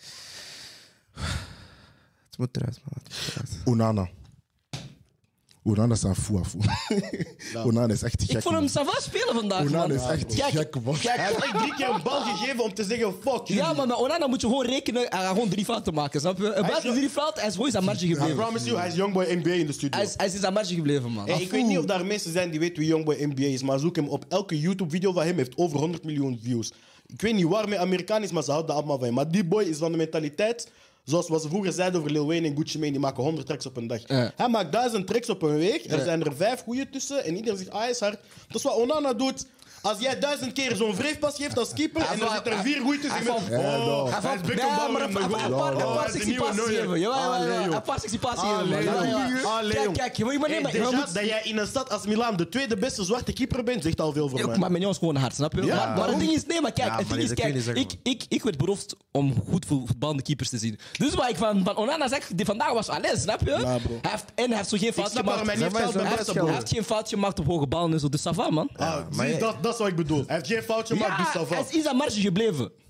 Het moet eruit, man. Het moet eruit. Onana. Onana is een foe. Onana is echt gek. Ik vond hem man. Sava spelen vandaag, Onana man. is echt Kijk, gek, man. Hij heeft echt 3 keer een bal gegeven om te zeggen, fuck you. Ja, maar met Onana moet je gewoon rekenen. Hij gaat gewoon 3 fouten maken, snap je? Buiten 3 fouten, hij is gewoon zijn marge I gebleven. promise you, hij is Youngboy NBA in de studio. Hij is zijn marge gebleven, man. Hey, ik weet niet of daar mensen zijn die weten wie Youngboy NBA is, maar zoek hem op. Elke YouTube-video van hem heeft over 100 miljoen views. Ik weet niet waarmee Amerikaan is, maar ze houden dat allemaal van hem. Maar die boy is van de mentaliteit, zoals wat ze vroeger zeiden over Lil Wayne en Gucci Mane, die maken 100 tracks op een dag. Ja. Hij maakt 1000 tracks op een week, er zijn er 5 goede tussen en iedereen zegt, hij is hard. Dat is wat Onana doet. Als jij 1000 keer zo'n wreefpas geeft als keeper en er zitten er 4 goeie tussen, hij met, valt- hij is Beckenbauer in de goal. Een paar Hij is de nieuwe sectie Neuer. geven. Jawel, Allee, jawel, joh. een paar sectie geven. Allee, man. joh. Allee, Kijk, joh. kijk, je moet Hey, maar déjà, dat jij in een stad als Milaan de tweede beste zwarte keeper bent, zegt al veel voor mij. Maar Mignon is gewoon hard, snap je? Ja, maar het ding is, nee, maar kijk, Ja, het maar ding is, dat kun je kijk, niet zeggen, ik werd beroofd om goed voetballende keepers te zien. Dus wat ik van Onana zeg, die vandaag was alles, snap je? Ja, bro. Hij heeft zo geen fout snap waarom gemaakt. hij niet Zeg maar, fout zeg bij maar, beste, Hij bro. heeft geen fout gemaakt op hoge ballen en zo, dus ça va, man. Zie, dat is wat ik bedoel. Hij heeft geen foutje gemaakt, dus ça va. hij is in zijn marge gebleven.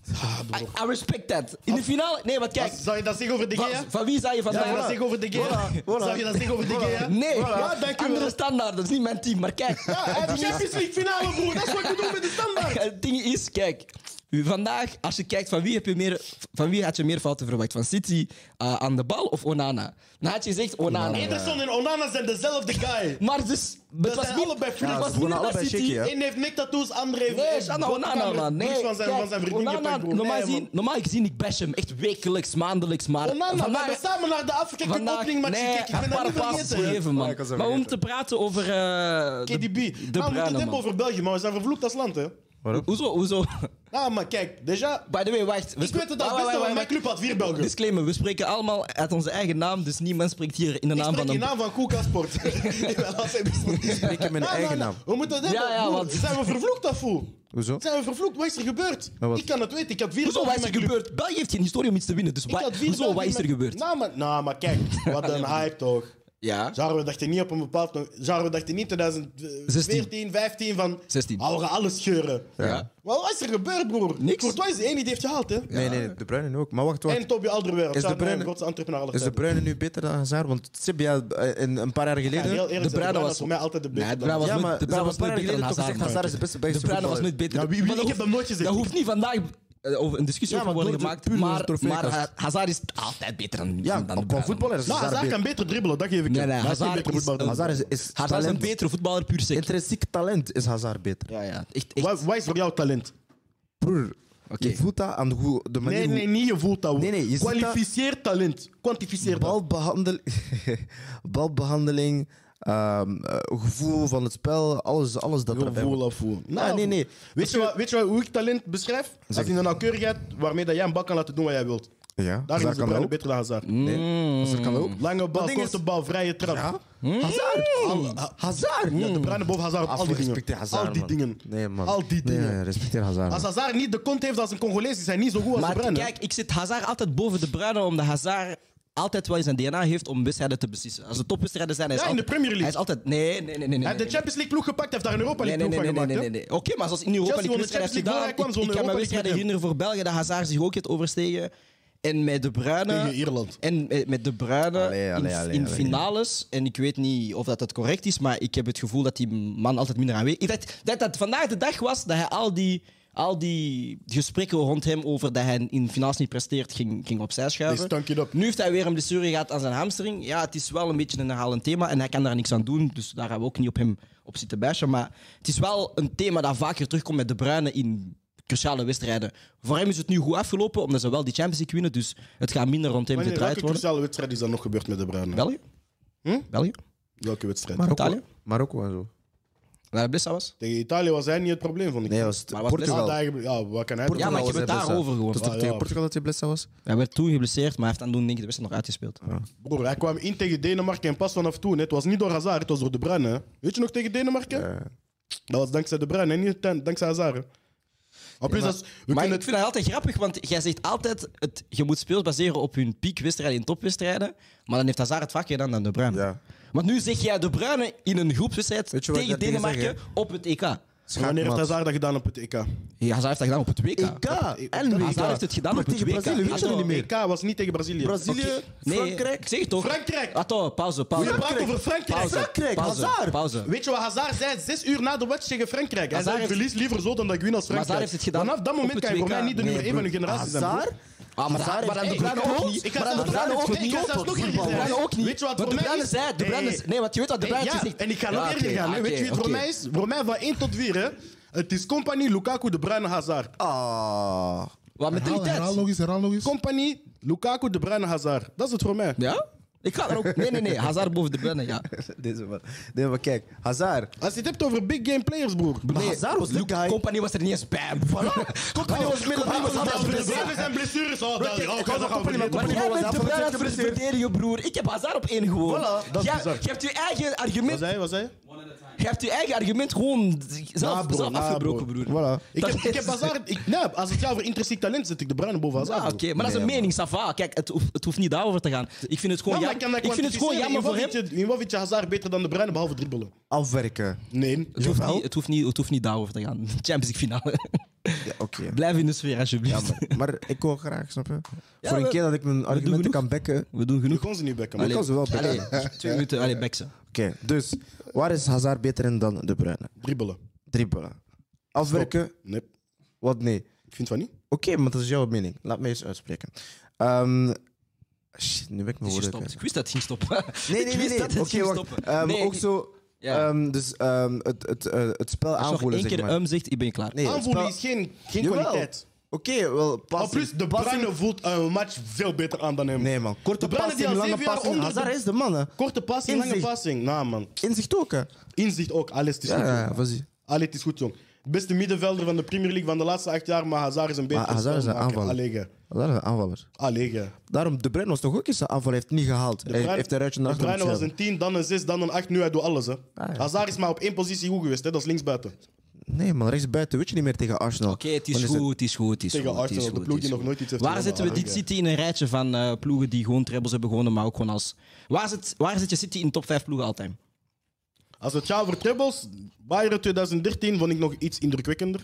I respect that. In de finale... Nee, wat kijk. Zou je dat zeggen over De Gea? Van wie zou je Zou je vandaag... dat zeggen over De Gea? Zou je dat zeggen over De Gea? Nee, Ja, dank u andere wel. standaard. Dat is niet mijn team, maar kijk. Ja, de Champions League finale, broer. Dat is wat ik bedoel met de standaard. Het ding is, kijk. Vandaag, als je kijkt van wie had je meer fouten verwacht? Van City aan de bal of Onana? Dan had je gezegd Onana. Ederson en Onana zijn dezelfde guy. Maar dus... Dat zijn allebei freaks. Het was ze niet wonen dat allebei City... shaky, hè? Eén heeft nek-tattoos, ander heeft... Nee, Shana Onana, man. Nee, van zijn vriendin Onana, gepakt, broer. normaal gezien, ik bash hem echt wekelijks, maandelijks, maar... Onana, we vandaag- hebben samen naar de Afrika Cup opening match gekeken. Ik ben dat niet vergeten. Even, man. ik was dat Maar om vergeten. te praten over... KDB. De Maar we moeten Bruyne, het hebben man. over België, maar we zijn vervloekt als land, hè. Hoezo? Nou, maar kijk, déjà... By the way, wacht. Ik weet het als beste, want mijn club had 4 Belgen. Disclaimer, we spreken allemaal uit onze eigen naam, dus niemand spreekt hier in de Ik naam spreek van in een... naam van Kuka Sport. spreek in mijn eigen naam. We moeten het Ja, hebben. ja, broer. want- Zijn we vervloekt of hoe? Hoezo? Zijn we vervloekt? Wat is er gebeurd? wat? Ik kan het weten. Ik had 4 Hoezo, Belgen wat in is er mijn club. gebeurd? België heeft geen historie om iets te winnen, dus Ik had 4 hoezo, wat Belgen is er in mijn- gebeurd? Nou, maar kijk, wat een hype toch. Ja. Genre, we dachten niet op een bepaald... Genre, we dachten niet 2014, 15 van... 16. we gaan alles scheuren. Ja. Maar wat is er gebeurd, broer? Niks. Courtois is de enige die heeft gehaald, hè. Nee, De Bruyne ook. Maar wacht. En Toby Alderweireld. Is De Bruyne- de grootste entrepreneur aller Is De tijden. Bruyne nu beter dan Hazard? Want Sibia een paar jaar Ja, geleden... heel eerlijk, De Bruyne was voor mij altijd de beste. Nee, De Bruyne was Ja, nooit- maar De ze hebben Bruyne was een paar jaar nooit beter geleden dan toch gezegd Hazard. Hazard is de beste De Belgische Bruyne was voetballer. nooit beter. Ja, wie- Maar ik heb dat nooit gezegd. Dat hoeft niet vandaag over een discussie Ja, over maar worden door gemaakt. puur door Maar, de trofeeënkast. maar Hazard is altijd beter dan Ja, dan De qua Bruyne. voetballer is Nou, Hazard Hazard beter. kan beter dribbelen, dat geef ik Nee, hem. nee, Maar hij is geen Hazard betere is voetballer. Hazard is Hazard is een talent. betere voetballer, puur sec. Intrinsiek talent is Hazard beter. Ja, ja. Echt. Wat is voor jou talent? Broer, Oké. je voelt dat aan de manier Nee, niet je voelt dat. Nee, je ziet dat- Kwalificeer talent. Kwantificeer dat. balbehandeling, gevoel van het spel, alles dat erbij Gevoel hoort. of hoe. Nee. Weet je hoe ik talent beschrijf? Als in de nauwkeurigheid waarmee dat jij een bal kan laten doen wat jij wilt. Ja, Daar Hazard is De kan dat Bruyne ook. beter dan Hazard. Nee, Hazard kan dat ook. Lange bal, ding korte is- bal, vrije trap. Ja? Hazard! Hazard! Ja, De Bruyne boven Hazard op al die dingen. Respecteer Hazard, Al die man. dingen. Nee, man. Al die dingen. Nee, respecteer Hazard. Als Hazard niet de kont heeft als een Congolees, is hij niet zo goed als De Maar Bruyne. kijk, ik zit Hazard altijd boven De Bruyne, omdat Hazard altijd wel in zijn DNA heeft om wedstrijden te beslissen. Als het topwedstrijden zijn, hij is Ja, in de altijd... Premier League. Hij is altijd... Nee. Hij heeft de Champions League ploeg gepakt, heeft daar een Europa League ploeg van gemaakt. hè? Oké, maar zoals in Europa Chelsea League won de wedstrijden heeft Champions League voor hij gedaan, kwam, zo'n ik kan me Europa wedstrijden League herinneren voor België dat Hazard zich ook heeft overstegen. En met De Bruyne... Tegen Ierland. En met De Bruyne in Allee. finales. En ik weet niet of dat correct is, maar ik heb het gevoel dat die man altijd minder aanwezig is. Ik dacht dat het vandaag de dag was dat hij al die gesprekken rond hem over dat hij in finales niet presteert, ging opzij schuiven. Die stank it up. Nu heeft hij weer een blessure gehad aan zijn hamstring. Ja, het is wel een beetje een herhalend thema en hij kan daar niks aan doen. Dus daar gaan we ook niet op hem op zitten bashen. Maar het is wel een thema dat vaker terugkomt met De Bruyne in cruciale wedstrijden. Voor hem is het nu goed afgelopen, omdat ze wel die Champions League winnen. Dus het gaat minder rond hem Wanneer, gedraaid welke worden. cruciale wedstrijd is er nog gebeurd met De Bruyne? België? België? Welke wedstrijd? Italië? Marokko en zo. Waar hij Blessa was? Tegen Italië was hij niet het probleem, vond ik. Nee, was Maar was Portugal. Ja, wat kan hij Portugal Ja, maar ik heb was het hij daarover gewoon. Was het Ah, tegen ja. Portugal dat hij blessa was? Hij werd toen geblesseerd, maar hij heeft dan toen denk ik de wedstrijd nog uitgespeeld. Broer, hij kwam in tegen Denemarken en pas vanaf toen. Het was niet door Hazard, het was door De Bruyne. Hè. Weet je nog tegen Denemarken? Dat was dankzij De Bruyne en niet dankzij Hazard. Hè. En plus, we Maar kunnen ik vind dat altijd grappig, want jij zegt altijd je moet spelers baseren op hun piekwedstrijden in topwedstrijden, maar dan heeft Hazard het vaker gedaan dan De Bruyne. Ja. Want nu zeg jij De Bruyne in een groepswedstrijd Weet je wat tegen ik daartegen Denemarken zeg, op het EK. Wanneer heeft Schaakmat. Hazard dat gedaan op het EK? Ja, Hazard heeft dat gedaan op het WK. En WK. Hazard heeft het gedaan op het tegen WK. Brazilië, weet je dat niet meer? EK was niet tegen Brazilië. Brazilië, Nee, Frankrijk. ik zeg het toch. Frankrijk! Attends, pauze. Je praat over Frankrijk. Pauze, Frankrijk, pauze, Hazard. pauze. Weet je wat Hazard zei 6 uur na de wedstrijd tegen Frankrijk? Hij Hazard zei, ik heeft- verlies liever zo dan dat ik win als Frankrijk. Hazard heeft het gedaan Vanaf dat moment op het kan je voor WK. mij niet de nummer Nee, 1 van de generatie zijn. Hazard? broer. Ah, maar Hazard maar dan De heeft Bruyne echt ook goed. niet. Ik ga Maar dan zelfs De Bruyne nog- ook nee, ik ga niet. zelfs nog De erger Bruyne zijn. ook niet. Weet je wat Want voor De mij Bruyne is? zei... De Bruyne... Nee. Nee, want je weet wat De Bruyne Ja, heeft gezegd. en ik ga nog Ja, eerder oké, gaan. hè. oké, Weet je wie het voor oké. mij is? Voor mij van 1 tot 4. Hè. Het is Compagnie, Lukaku, De Bruyne, Hazard. Ah. Wat met drie Herhaal tijd? nog eens. Compagnie, Lukaku, De Bruyne, Hazard. Dat is het voor mij. Ja? Ik ga er ook... Nee. Hazard boven De Bruyne, ja. Deze man. Nee, maar kijk. Hazard. Als je het hebt over big game players, broer. Maar Hazard was de guy. Compagnie was er niet eens bij. Compagnie was midden van We zijn blessures. Oh, dat ik was op Compagnie, maar Maar Compagnie jij was bent De af en toe Bruyne aan het geblesseerd. verdedigen, broer. Ik heb Hazard op 1 gewoon. Voilà, dat is Jij bizar. je hebt je eigen Wat argument... zei je? Wat zei je? Je hebt je eigen argument gewoon zelf bro, afgebroken, bro. broer. Voilà. Ik heb Hazard... Nee, als het gaat over intrinsiek talent, zet ik De Bruyne boven Hazard. Ah, broer. oké, maar dat is een mening, ça va. Kijk, het hoeft niet daarover te gaan. Ik vind het gewoon, Ja, maar jammer, ik vind het gewoon jammer voor hem. In wat vind je Hazard beter dan De Bruyne, behalve dribbelen? Afwerken. Nee. Het hoeft niet daarover te gaan. Champions League finale. Ja, oké. Blijf in de sfeer, alsjeblieft. Ja, maar ik wil graag, snap je? Ja, Voor een we- keer dat ik mijn argumenten genoeg. kan bekken. We doen Nu genoeg. gaan ze niet bekken, Ik man. kan ze wel bekken. Allee, 2 minuten, allee, beksen. Oké, dus waar is Hazard beter in dan De Bruyne? Dribbelen. Dribbelen. Afwerken? Nee, Wat nee? ik vind van niet. Oké, maar dat is jouw mening. Laat mij eens uitspreken. Shit, nu ben ik mijn Het is woorden gestopt. Ik wist dat het ging stoppen. Nee, Ik wist dat het Oké, ging wacht. stoppen. Nee, ook zo... Ja. Het spel Als je nog aanvoelen, één zeg keer maar. zegt, ik ben klaar. Nee, het Aanvoelen spel- is geen Jawel. kwaliteit. Oké, wel, Maar passing. plus, De Bruyne voelt een match veel beter aan dan hem. Nee, man. Korte De Bruyne die passing, al lange 7 jaar passing. onder de- Hazard is de man, hè. Korte passing, lange Inzicht. passing. Nou, man. Inzicht ook, hè. Inzicht ook. Alles is goed, Ja, jong. vas-y. Alles is goed, jong. Beste middenvelder van de Premier League van de laatste 8 jaar, maar Hazard is een betere Maar Hazard is een spelmaker. aanvaller. Allee, Dat is een aanvaller. Allee. Daarom, De Bruyne was toch ook eens een aanval, hij heeft niet gehaald. Hij heeft een ruitje naar De achter Bruyne was moeten een 10, dan een 6, dan een 8. Nu hij doet alles. Hè. ja. Hazard is maar op 1 positie goed geweest, hè. Dat is linksbuiten. Nee, man, rechtsbuiten weet je niet meer tegen Arsenal. Oké, het is Want goed, het is goed, het is Tegen goed. het is Arsenal, de goed, ploeg het is die nog goed. nooit iets heeft Waar gewonnen. zetten we dit Allee, City in een rijtje van ploegen die gewoon trebles hebben gewonnen, maar ook gewoon als... Waar zit je City in de top 5 ploegen altijd? Als het gaat over trebles, Bayern 2013 vond ik nog iets indrukwekkender.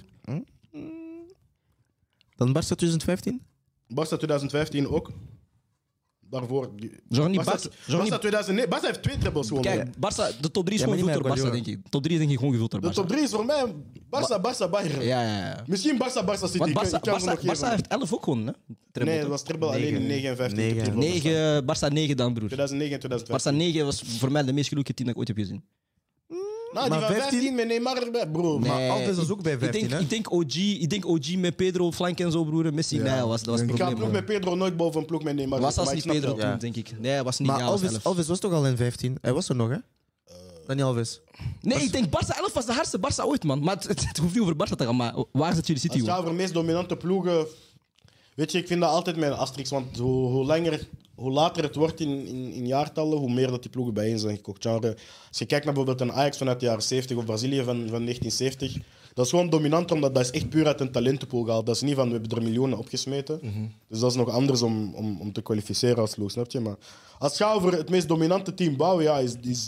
Dan Barca 2015? Barça 2015 ook. Daarvoor... Zorg Barça 2009. Barça heeft 2 trebles gewonnen. Kijk, Barça, de top 3 is Ja, maar gewoon niet gevuld door meer Barça, Guardiola. denk ik. De top 3 is denk ik gewoon gevuld door De Barça. top 3 is voor mij Barça, Bayern. Ja. Misschien Barça City. Want Ik kan hem nog Barça geven. heeft 11 ook gewonnen, hè? Treble, Nee, dat toch? was treble alleen in 9 en 15. 9. Treble was dat. 9, Barça 9 dan, broer. 2009 en 2015. Barça 9 was voor mij de meest gelukkige team dat ik ooit heb gezien. Nou, die Maar van 15 15 met Neymar erbij, bro. Nee. Maar Alves was ook bij 15, hè? Ik denk OG met Pedro, flank en zo, broer. Messi, nee, dat was het Ik ga probleem. een ploeg met Pedro nooit boven een ploeg met Neymar. Was als maar niet ik snap Pedro het toen, wel. denk ik. Nee, was niet Maar ja, was Alves, 11. Alves was toch al in 15? Hij was er nog, hè? Daniel Alves. Nee, ik denk Barça 11 was de hardste Barça ooit, man. Maar het hoeft niet over Barça te gaan, maar waar zit jullie City, Als het man? gaat over meest dominante ploegen... Weet je, ik vind dat altijd met een asterisk. Want hoe later het wordt in jaartallen, hoe meer dat die ploegen bijeen zijn gekocht. Genre, als je kijkt naar bijvoorbeeld een Ajax vanuit de jaren 70 of Brazilië van 1970, dat is gewoon dominant, omdat dat is echt puur uit een talentenpool gehaald. Dat is niet van, we hebben er miljoenen opgesmeten. Dus dat is nog anders om te kwalificeren als ploeg, snap je? Maar als het gaat over het meest dominante team bouwen, ja,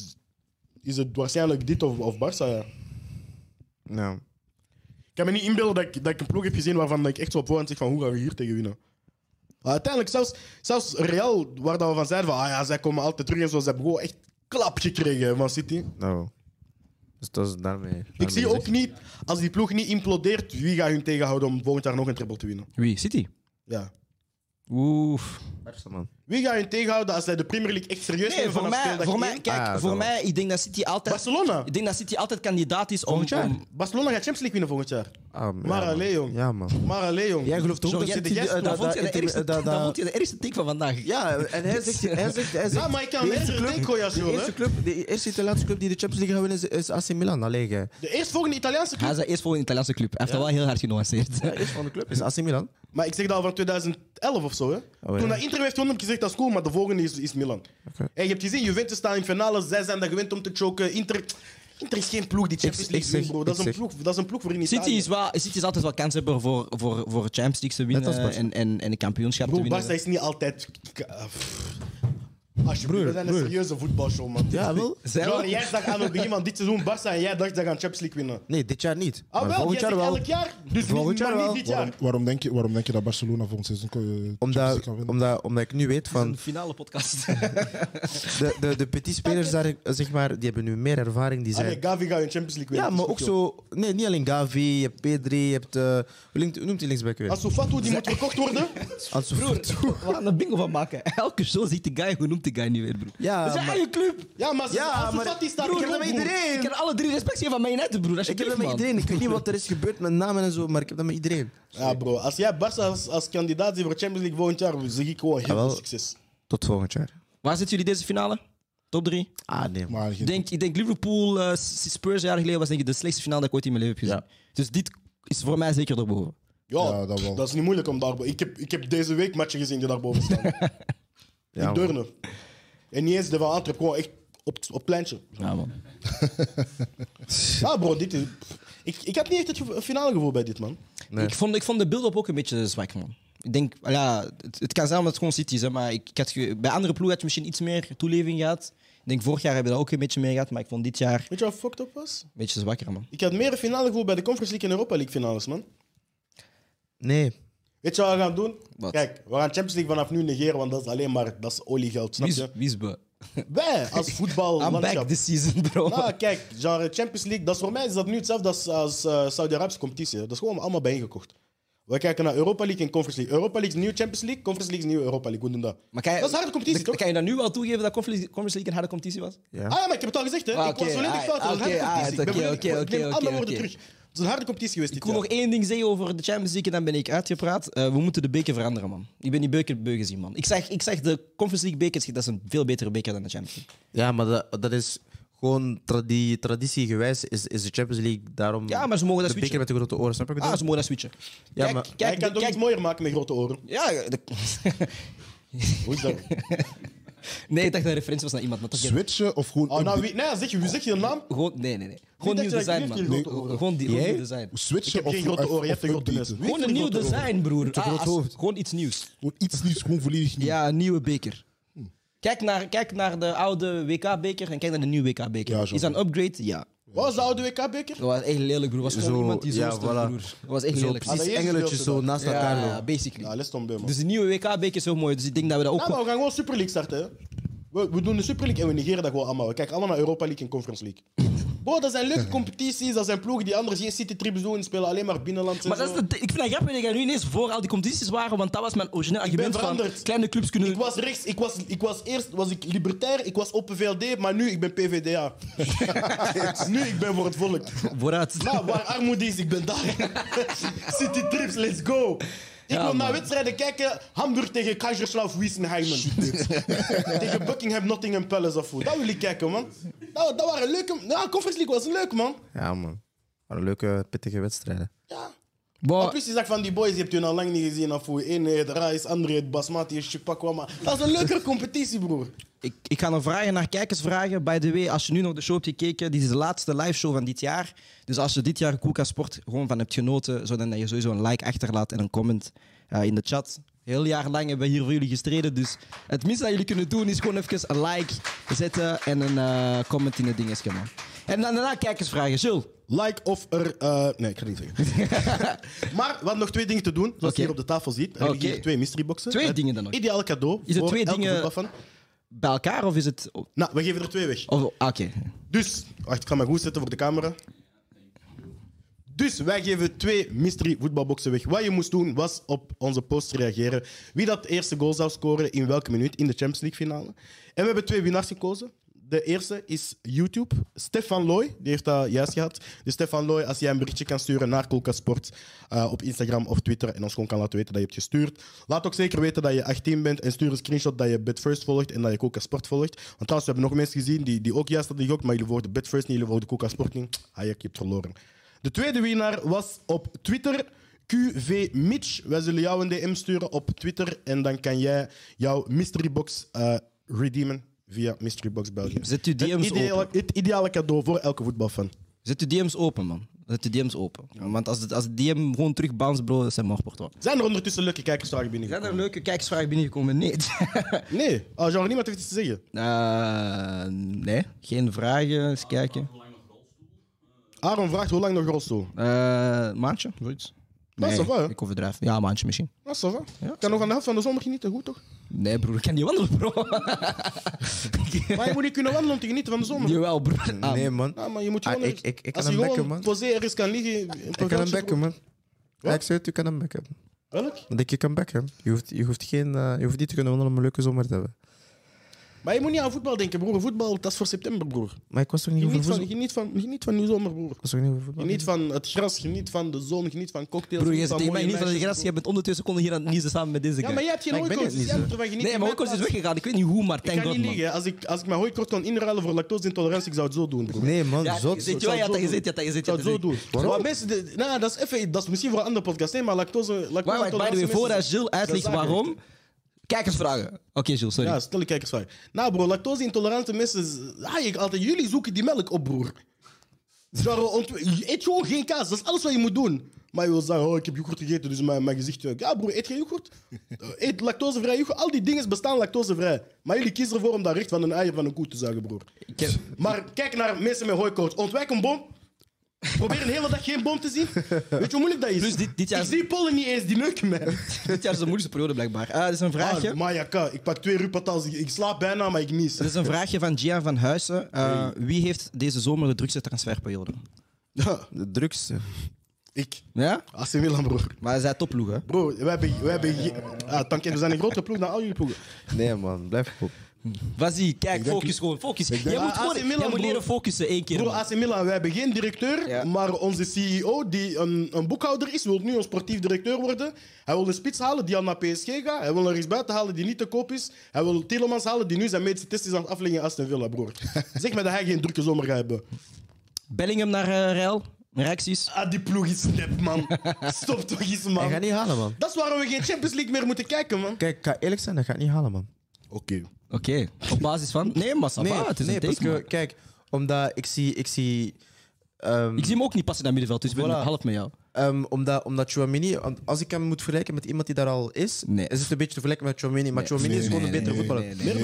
is het waarschijnlijk dit of Barça, ja. Nou. Ik kan me niet inbeelden dat ik een ploeg heb gezien waarvan ik echt zo op voorhand zeg van hoe gaan we hier tegen winnen. Maar uiteindelijk, zelfs Real, waar dat we van zeiden van zij komen altijd terug en zo, ze hebben gewoon echt klap gekregen van City. Nou. Dus dat is daarmee. Ik zie ook niet, als die ploeg niet implodeert, wie gaat hun tegenhouden om volgend jaar nog een treble te winnen. Wie? City? Ja. Oef. Barca, man. Wie gaat hun tegenhouden als zij de Premier League echt serieus Nee, nemen voor vanaf mij, speeldag voor mij, 1? kijk, Ah, voor zo. mij, ik denk dat City altijd... Barcelona. Ik denk dat City altijd kandidaat is om... Volgend jaar? Barcelona gaat Champions League winnen volgend jaar. Ah, Maar allee, jong. Ja, man. Maar allee, jong. Jij gelooft ook Zo, dat jij- City... dan vond je de ergste- dat- dan vond je de ergste tik van vandaag. Ja, en hij zegt... Ja, maar ik kan de eerste erger club- denken, joh. de eerste Italiaanse club die de Champions League gaat winnen is AC Milan. Allee, gij. De eerstvolgende Italiaanse Hij club. is eerst voor een Italiaanse club. Hij heeft dat wel heel hard genuanceerd. Ja, eerst van de club is AC Milan. Maar ik zeg dat al van 2011 of zo. Hè. ja. Toen dat Inter heeft gewonnen, heb ik gezegd dat is cool, maar de volgende is Milan. Oké. En je hebt gezien, Juventus staan in finale, zij zijn daar gewend om te choken. Inter is geen ploeg die Champions Ik League zeg- wint, bro. Dat is, ik een zeg- ploeg, dat is een ploeg voor in Italië. City is altijd wel kans hebben voor Champions League te Net als winnen Barca. en een kampioenschap te Bro, winnen. Barca is niet altijd... Alsjeblieft, we zijn een serieuze voetbalshow, man. Ja, wel. Genre, jij zag aan het begin van dit seizoen Barca en jij dacht dat gaan Champions League winnen. Nee, dit jaar niet. Ah, Maar wel, volgend jij jaar zegt wel. elk jaar. Dus Volgend niet, jaar maar wel. niet dit jaar. Waarom denk je dat Barcelona volgend seizoen Champions League kan winnen? Omdat ik nu weet van... Een finale podcast. De petit spelers daar, zeg maar, die hebben nu meer ervaring. Die zijn... Allee, Gavi gaat in Champions League winnen. Ja, maar ook zo... Nee, niet alleen Gavi, je hebt Pedri, je hebt... hoe noemt die linksback weer? Ansu Fati, die moet verkocht worden. Ansu Fati. We gaan een bingo van maken. Elke show ziet de guy, hoe noemt de guy nu weer, broer? Ja, Dat is maar- eigen club. Ja, maar Ja, Ansu maar- Fati staat broer, hier ik ook, heb dat met broer. iedereen. Ik kan alle drie respect geven van Man United, broer. Ik heb dat met man. iedereen. Ik weet niet wat er is gebeurd met namen en zo, maar ik heb dat met iedereen. Ja, bro. Als jij Barça als kandidaat ziet voor Champions League volgend jaar, zeg ik gewoon heel Jawel. veel succes. Tot volgend jaar. Waar zitten jullie deze finale? Top 3? Ah, nee. Maar Ik denk Liverpool, Spurs een jaar geleden was denk ik de slechtste finale dat ik ooit in mijn leven heb gezien. Dus dit is voor mij zeker erboven. Ja, Ja, dat wel. dat is niet moeilijk om daarboven. Ik heb deze week matchen gezien die daarboven staan. Ja, in Deurne. En niet eens de van Antwerp, gewoon echt op het pleintje. Ja, man. Ja, bro, dit is... Ik had niet echt het finale gevoel bij dit, man. Nee. Ik vond de build-up ook een beetje zwak, man. Ik denk, ja, het kan zijn omdat het gewoon City is, hè, maar bij andere ploegen had je misschien iets meer toeleving gehad. Ik denk, vorig jaar hebben we dat ook een beetje meer gehad, maar ik vond dit jaar Weet je wat fucked up was? een beetje zwakker, man. Ik had meer finale gevoel bij de Conference League en Europa League finales, man. Nee. Weet je wat we gaan doen? Wat? Kijk, we gaan Champions League vanaf nu negeren, want dat is alleen maar dat is oliegeld, snap je? Wie is be? Wij, als I'm voetballandschap. back this season, bro. Nou, kijk, genre Champions League, dat is voor mij is dat nu hetzelfde als Saudi-Arabische competitie. Dat is gewoon allemaal bijeengekocht. We kijken naar Europa League en Conference League. Europa League is nieuwe Champions League, Conference League is nieuwe Europa League. Hoe doen dat? Maar kan je, Dat is harde competitie, toch? Kan je dat nu al toegeven dat Conference League een harde competitie was? Ja. Ah ja, maar ik heb het al gezegd, hè. Ah, Ik was oké, volledig fout. Dat is een harde competitie. Ik neem alle woorden terug. Het is een harde competitie geweest Ik dit wil jaar. nog één ding zeggen over de Champions League en dan ben ik uitgepraat. We moeten de beker veranderen, man. Ik ben die beker beu gezien, man. Ik zeg de Conference League beker, dat is een veel betere beker dan de Champions League. Ja, maar dat is gewoon traditiegewijs is de Champions League daarom Ja, maar ze mogen dat de beker switchen. met de grote oren. Snap je wat ik Ah, bedoel? ze mogen dat switchen. Ja, Kijk, maar- Hij kan het ook iets mooier maken met grote oren. Ja, Hoe is dat? nee, ik dacht dat een referentie was naar iemand. Maar toch Switchen of gewoon... Oh, nou, wie zeg je de naam? Gewoon, nee. Gewoon dat nieuw je design, niet man. heeft Nee, die grote gewoon Jij? nieuw design. Switchen Ik heb geen grote oren, je hebt een grote neus. updaten. Wie Gewoon heeft een die nieuw grote oren? design, broer. Te groot hoofd. Gewoon iets nieuws. Gewoon iets nieuws, gewoon volledig nieuw. Ja, een nieuwe beker. Kijk naar de oude WK-beker en kijk naar de nieuwe WK-beker. Ja, zo. is dat een upgrade? Ja. Wat was de oude WK-beker? Dat was echt lelijk, broer. Dat was gewoon Zo, iemand die zo ja, stond, voilà. broer. Dat was echt Zo lelijk. Ah, dat precies is engeletjes gedeelte zo dan. naast elkaar. Ja, zo. basically. Ja, les tomber, man. Dus de nieuwe WK-beker is heel mooi. Dus ik denk dat we dat ook... Ja, maar we gaan gewoon Super League starten. Hè. We doen de Super League en we negeren dat gewoon allemaal. We kijken allemaal naar Europa League en Conference League. Bro, dat zijn leuke competities. Dat zijn ploegen die anders geen city-trips doen. Spelen alleen maar binnenland. en Maar dat zo. is ik vind het grappig dat jij nu ineens voor al die competities waren, want dat was mijn origineel argument van veranderd. kleine clubs kunnen... Ik was rechts, eerst was ik libertair, ik was Open VLD, maar nu ik ben PVDA. Nu ik ben voor het volk. Vooruit. Nou, waar armoede is, ik ben daar. City trips, let's go. Ik Ja, wil naar man. wedstrijden kijken. Hamburg tegen Kaiserslautern Wiesenheimen. Tegen Buckingham Nottingham Palace of hoe. Dat wil ik kijken, man. Dat waren leuke... Ja, Conference League was leuk, man. Ja, man. Maar leuke, pittige wedstrijden. Ja. Boah, En plus, je zegt van die boys, je hebt je al lang niet gezien. Of hoe één heet Rice, andere heet Basmati, Chupakwa. Maar dat is een leukere competitie, broer. ik ga nog vragen naar kijkersvragen. By the way, als je nu nog de show hebt gekeken, dit is de laatste live show van dit jaar. Dus als je dit jaar Koelka Sport gewoon van hebt genoten, zodat je sowieso een like achterlaat en een comment in de chat. Heel jaar lang hebben we hier voor jullie gestreden. Dus het minste dat jullie kunnen doen is gewoon even een like zetten en een comment in het dingetje, man. En dan daarna kijkersvragen. Jules. Like of er... nee, ik ga niet zeggen. Maar we hadden nog 2 dingen te doen, zoals je hier op de tafel ziet. Er liggen Oké. hier 2 mystery boxen. 2 Het dingen dan nog. Ideale cadeau. Is het voor 2 elke dingen- voetbalfan. Bij elkaar of is het... Nou, we geven er 2 weg. Oké. Dus, wacht, ik ga me goed zetten voor de camera. Dus wij geven 2 mystery voetbalboxen weg. Wat je moest doen, was op onze post reageren. Wie dat de eerste goal zou scoren, in welke minuut, in de Champions League finale. En we hebben 2 winnaars gekozen. De eerste is YouTube. Stefan Looy, die heeft dat juist gehad. Dus Stefan Looy, als jij een berichtje kan sturen naar Koelka Sport op Instagram of Twitter en ons gewoon kan laten weten dat je hebt gestuurd. Laat ook zeker weten dat je 18 bent en stuur een screenshot dat je BetFirst volgt en dat je Koelka Sport volgt. Want trouwens, we hebben nog mensen gezien die ook juist hadden gegokt, maar jullie volgden BetFirst niet, jullie volgden Koelka Sport niet. Hayek, je hebt verloren. De tweede winnaar was op Twitter QV Mitch. Wij zullen jou een DM sturen op Twitter en dan kan jij jouw mystery box redeemen via Mystery Box België. Zet uw DM's open. Het ideale cadeau voor elke voetbalfan. Zet uw DM's open, man. Zet uw DM's open. Want als de DM gewoon terug bounce, bro, dat zijn moordport, hoor. Zijn er ondertussen leuke kijkersvragen Zijn binnengekomen? er leuke kijkersvragen binnengekomen? Nee. Nee. Genre, niemand heeft iets te zeggen. Nee, geen vragen. Eens kijken. Aaron vraagt hoe lang nog rolstoel? Maandje, zoiets. Dat is Nee, toch wel, hè? ik overdrijf. Ja, een maandje misschien. Dat is toch, hè? Kan nog aan de helft van de zomer genieten, goed toch? Nee, broer, ik kan niet wandelen, bro. Maar je moet niet kunnen wandelen om te genieten van de zomer. Jawel, broer. Nee, man. Ja, maar je moet Ah, gewoon... ik kan als hem je bekken, gewoon man. posé ergens kan liggen... Ik kan hem bekken, man. Ja, ik zei het, je kan hem bekken. Welk? Ik denk, je kan bekken. Je hoeft niet te kunnen wandelen om een leuke zomer te hebben. Maar je moet niet aan voetbal denken, broer. Voetbal, dat is voor september, broer. Maar ik was toch niet over Geniet van je zomer, broer. was toch niet over voetbal? Geniet van het gras, geniet van de zon, geniet van cocktails. Broer, je geniet zit tegen mij mooie niet van de meisjes, gras. Je bent onder 2 seconden hier aan het niezen samen met deze broer. guy. Ja, maar jij hebt geen Maar ik ben hooikoorts, het dus niet jij zo. moet ervan genieten. Nee, maar ook is weggegaan. Ik weet niet hoe, maar Ik thank kan God, niet man. liegen. Als ik mijn hooikoort kon inruilen voor lactose-intolerantie, ik zou het zo doen, broer. Nee, man, Ja, zot. zit je wel? Ja, dat je zit, ja, dat je zit. Ik zou het zo doen. Waarom? Maar mensen, nou, dat is even, dat is misschien voor een andere podcast, hè, maar lactose By the way, voordat Gilles uitlegt dat is waarom... Kijkersvragen. Oké, Gilles, sorry. Ja, stel je kijkersvraag. Nou, bro, lactose-intolerante mensen, altijd jullie zoeken die melk op, broer. Eet gewoon geen kaas, dat is alles wat je moet doen. Maar je wil zeggen, ik heb yoghurt gegeten, dus mijn gezicht... Ja, broer, eet geen yoghurt. Eet lactosevrij yoghurt. Al die dingen bestaan lactosevrij. Maar jullie kiezen ervoor om dat recht van een eier van een koe te zuigen, broer. Maar kijk naar mensen met hooikoorts. Ontwijk een boom. probeer een hele dag geen boom te zien. Weet je hoe moeilijk dat is? Plus dit jaar- Ik zie Polen niet eens, die neuken mij. Dit jaar is de moeilijkste periode blijkbaar. Dit is een vraagje. Maar ja, ik pak 2 Rupatas. Ik slaap bijna, maar ik nies. Dit is een vraagje van Gian van Huizen. Wie heeft deze zomer de drukste transferperiode? Ja, De drukste. ik. Ja? AC Milan, broer. Maar hij zei topploeg, hè? Bro, we hebben dank je, we zijn een grotere ploeg dan al jullie ploegen. Nee, man, blijf op. Vas-y, kijk, denk- focus gewoon. Focus. denk- Jij moet, AC gewoon, Milan, jij moet bro. leren focussen één keer. Bro, man. AC Milan, we hebben geen directeur, Ja. maar onze CEO, die een boekhouder is, wil nu een sportief directeur worden. Hij wil een spits halen die al naar PSG gaat. Hij wil een rechtsbuiten halen die niet te koop is. Hij wil Tielemans halen die nu zijn medische test is aan het afleggen in Aston Villa, broer. Zeg me dat hij geen drukke zomer gaat hebben. Bellingham naar Real. Reacties. Ah, die ploeg is nep, man. Stop toch eens, Hij man. gaat niet halen, man. Dat is waarom we geen Champions League meer moeten kijken, man. Kijk, ik ga eerlijk zijn, hij gaat niet halen, man. Oké. Oké. Op basis van... Nee, maar ça va, het is een parce teken, que, man. kijk, omdat ik zie Ik zie hem ook niet passen naar middenveld, dus ik ben Voilà. half met jou. omdat Chouameni, als ik hem moet vergelijken met iemand die daar al is, Nee. is het een beetje te vergelijken met Chouameni. Maar Chouameni is gewoon een betere voetballer.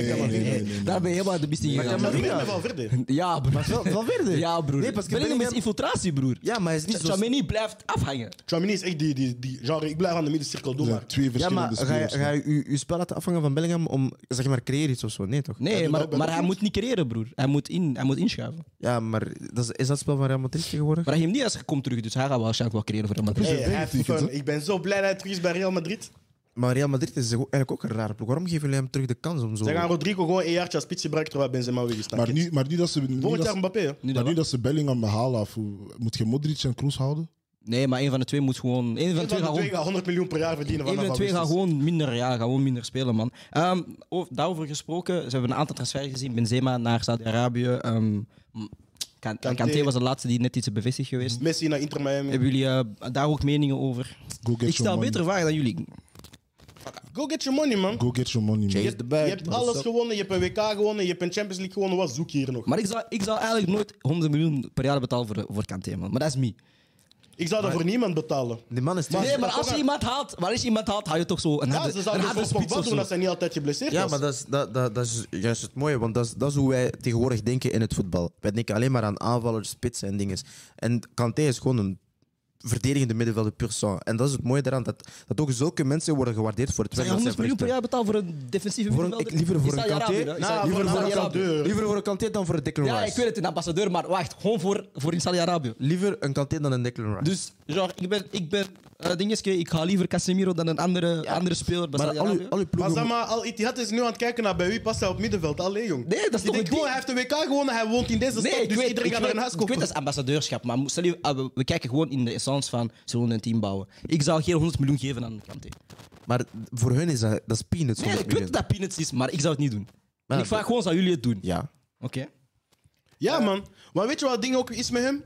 Daar ben je helemaal de mist in Maar gegaan. Camavinga- Meer met Valverde. Ja, broer. Valverde? Ja, broer. Nee, parce que Bellingham is Bellingham- infiltratie, broer. Ja, maar hij is niet zo... Tchouaméni blijft afhangen. Chouameni is echt die genre, ik blijf aan de middencirkel doen, Er maar... zijn 2 Ja, maar verschillende spelers. ga je je spel laten afhangen van Bellingham om, zeg maar, creëer iets of zo? Nee, toch? Nee, doet maar, dat bij maar de hij ploeg. moet niet creëren, broer. Hij moet inschuiven. Ja, maar is dat spel van Real Madrid tegenwoordig? Maar Raheem Diaz komt terug, dus hij gaat waarschijnlijk wel creëren voor de Madrid. Hey, hij heeft 25, fun. hè? Ik ben zo blij dat hij terug is bij Real Madrid. Maar Real Madrid is eigenlijk ook een rare ploeg. Waarom geven jullie hem terug de kans om zo... Ze gaan Rodrigo gewoon een jaartje als spits gebruiken terwijl Benzema weg is. Maar nu dat ze... Volgend jaar Mbappé, hè? Maar nu dat ze Bellingham halen, of moet je Modric en Kroos houden? Nee, maar een van de twee moet gewoon... Een van de twee gaat gewoon... gaat 100 miljoen per jaar verdienen Een vanaf van de twee gaat augustus. gewoon minder, ja, gewoon minder spelen, man. Daarover gesproken, ze hebben een aantal transfers gezien. Benzema naar Saudi-Arabië. Kanté was de laatste die net iets bevestigd geweest. Messi naar Inter Miami. Hebben jullie daar ook meningen over? Go get Ik stel your money. betere vragen dan jullie. Go get your money, man. Go get your money, man. Chase the bag. Je hebt alles gewonnen, je hebt een WK gewonnen, je hebt een Champions League gewonnen. Wat zoek je hier nog? Maar ik zou eigenlijk nooit 100 miljoen per jaar betalen voor Kanté, man. Maar dat is me. Ik zou dat voor niemand betalen. Die man is... Nee, maar toch als je wel- iemand haalt, hou je toch zo een Ja, harde, ze een zouden harde voor spits Pogba of doen zo. als hij niet altijd geblesseerd Ja, was. maar dat is juist het mooie, want dat is hoe wij tegenwoordig denken in het voetbal. Wij denken alleen maar aan aanvallers, spitsen en dingen. En Kanté is gewoon een verdedigende middenvelder pur sang. En dat is het mooie daaraan, dat ook zulke mensen worden gewaardeerd voor het Zou werk je dat zij 100 miljoen per verrichten. jaar betalen voor een defensieve Voor een- middenvelder? liever voor In een Saudi-Arabië, Kanté. hè? In Nou, Saudi- voor in een Saudi-Arabië. ambassadeur. Liever voor een Kanté dan voor een Declan Rice. Ja, ik weet het, een ambassadeur, maar wacht, gewoon voor in Saudi-Arabië. Liever een Kanté dan een Declan Rice. Dus, genre, ik ben dingetje, ik ga liever Casemiro dan een andere speler bij maar al Saudi-Arabië. uw Maar ploegen... zeg maar, Al Ittihad is nu aan het kijken naar bij wie past hij op middenveld. Allee, jong. Nee, dat is Je toch denkt een gewoon, ding? hij heeft de WK gewonnen, hij woont in deze stad, Nee, dus iedereen gaat naar een huis ik weet kopen. dat is ambassadeurschap, maar stel je, we kijken gewoon in de essence van ze willen een team bouwen. Ik zou geen 100 miljoen geven aan Kanté. Maar voor hun is dat is peanuts. Nee, 100 ik weet miljoen. dat peanuts is, maar ik zou het niet doen. Maar En ik vraag gewoon, zou jullie het doen? Ja. Oké. Ja, man. Maar weet je wat het ding ook is met hem?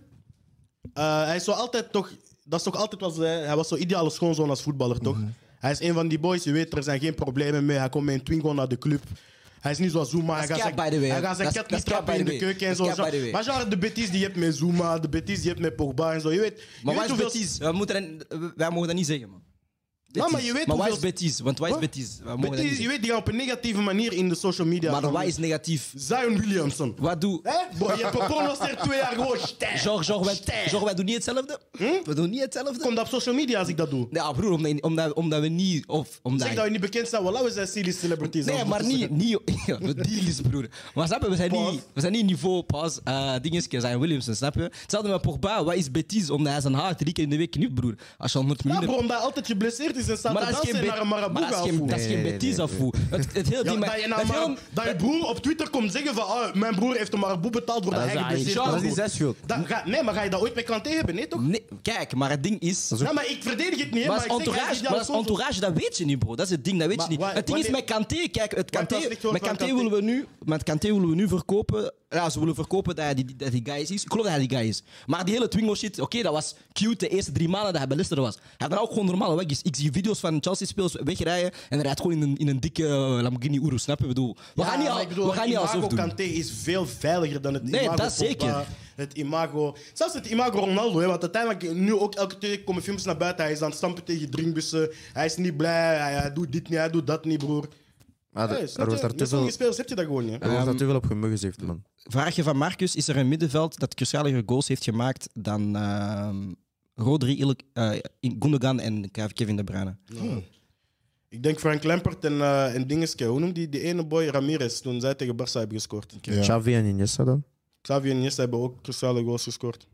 Hij is zo altijd toch... Dat is toch altijd was hij was zo ideale schoonzoon als voetballer, toch? Hij is een van die boys, je weet, er zijn geen problemen mee. Hij komt met een Twingo naar de club. Hij is niet zoals Zuma. Dat is cap, by the way. Hij gaat zijn Dat is- kat dat niet is cap, trappen in by de the way. keuken en Dat is zo. cap, by the way. Maar genre de betis die je hebt met Zuma, de betis die je hebt met Pogba en zo. Je weet, Maar je wat weet is hoeveel- Betis? Wij mogen dat niet zeggen, man. Ja, maar je weet Maar wat is hoeveel... Betis? Want wat is Wat? Betis? Wij mogen dat Betis, niet je zeggen. weet, die gaan op een negatieve manier in de social media. Maar gaan. wat is negatief? Zion Williamson. Wat doe... Hè? Boy, je hebt gepronoceerd 2 jaar gewoon stijf. Genre, wij doen niet hetzelfde? We doen niet hetzelfde? Komt dat op social media als ik dat doe? Ja, broer, omdat we niet... Of omdat... Zeg dat we niet bekend zijn, voilà, we zijn series celebrities. Nee, maar niet ja, we dealen, broer. Maar snap je, we zijn niet niveau pas dingetjes zijn Williamson, snap je? Hetzelfde met Pogba, wat is Betis? Omdat hij zijn haar 3 keer in de week knipt, broer. Als je 100 Ja, miljoen... bro, omdat hij altijd geblesseerd is en staat maar te dat is dansen geen, naar een maar Marabouga dat is geen, dat is geen Nee, Betis nee, afvoer. Het hele Ja, ding... dat, je nou dat je broer op Twitter komt zeggen van mijn broer heeft een Marabout betaald voordat Dat hij is geblesseerd dat was. is zijn schuld. Nee, maar ga je dat ooit met Kanté hebben? Nee, toch? Nee, kijk, maar het ding is... Ja, maar ik verdedig het niet, hè, Maar maar als ik zeg, hij is entourage, ideale maar als schoonzoon. entourage, dat weet je niet, bro. Dat is het ding, dat weet je Maar niet. wa- Het ding is wanneer- met Kanté, kijk, Wat was het met Kanté willen we nu, met Kanté willen we nu verkopen. Ja, ze willen verkopen dat hij die guy is. Ik geloof dat hij die guy is. Maar die hele Twingo shit, oké, dat was cute de eerste 3 maanden dat hij bij Leicester was. Hij had dan ook gewoon normale weg. Ik zie video's van Chelsea-spelers wegrijden en hij rijdt gewoon in een dikke Lamborghini Urus, snap je? Ik bedoel, we gaan niet, maar ik bedoel, we gaan niet het alsof imago doen. Kanté is veel veiliger dan het Nee, imago dat Pogba, zeker. Het imago... Zelfs het imago Ronaldo, hè, want uiteindelijk, nu ook elke twee komen films naar buiten. Hij is aan het stampen tegen drinkbussen. Hij is niet blij, hij doet dit niet, hij doet dat niet, broer. Maar Hey, er snap was je? daar Met te sommige veel, spelers heb je dat gewoon niet. er was daar te veel op gemuggezeefd, man. Vraagje van Marcus. Is er een middenveld dat crucialere goals heeft gemaakt dan Rodri, Gundogan en Kevin De Bruyne? Ik denk Frank Lampard en Dingeske. Hoe noemt die ene boy? Ramirez, toen zij tegen Barça hebben gescoord. Ja. Xavi en Iniesta dan? Xavi en Iniesta hebben ook cruciale goals gescoord.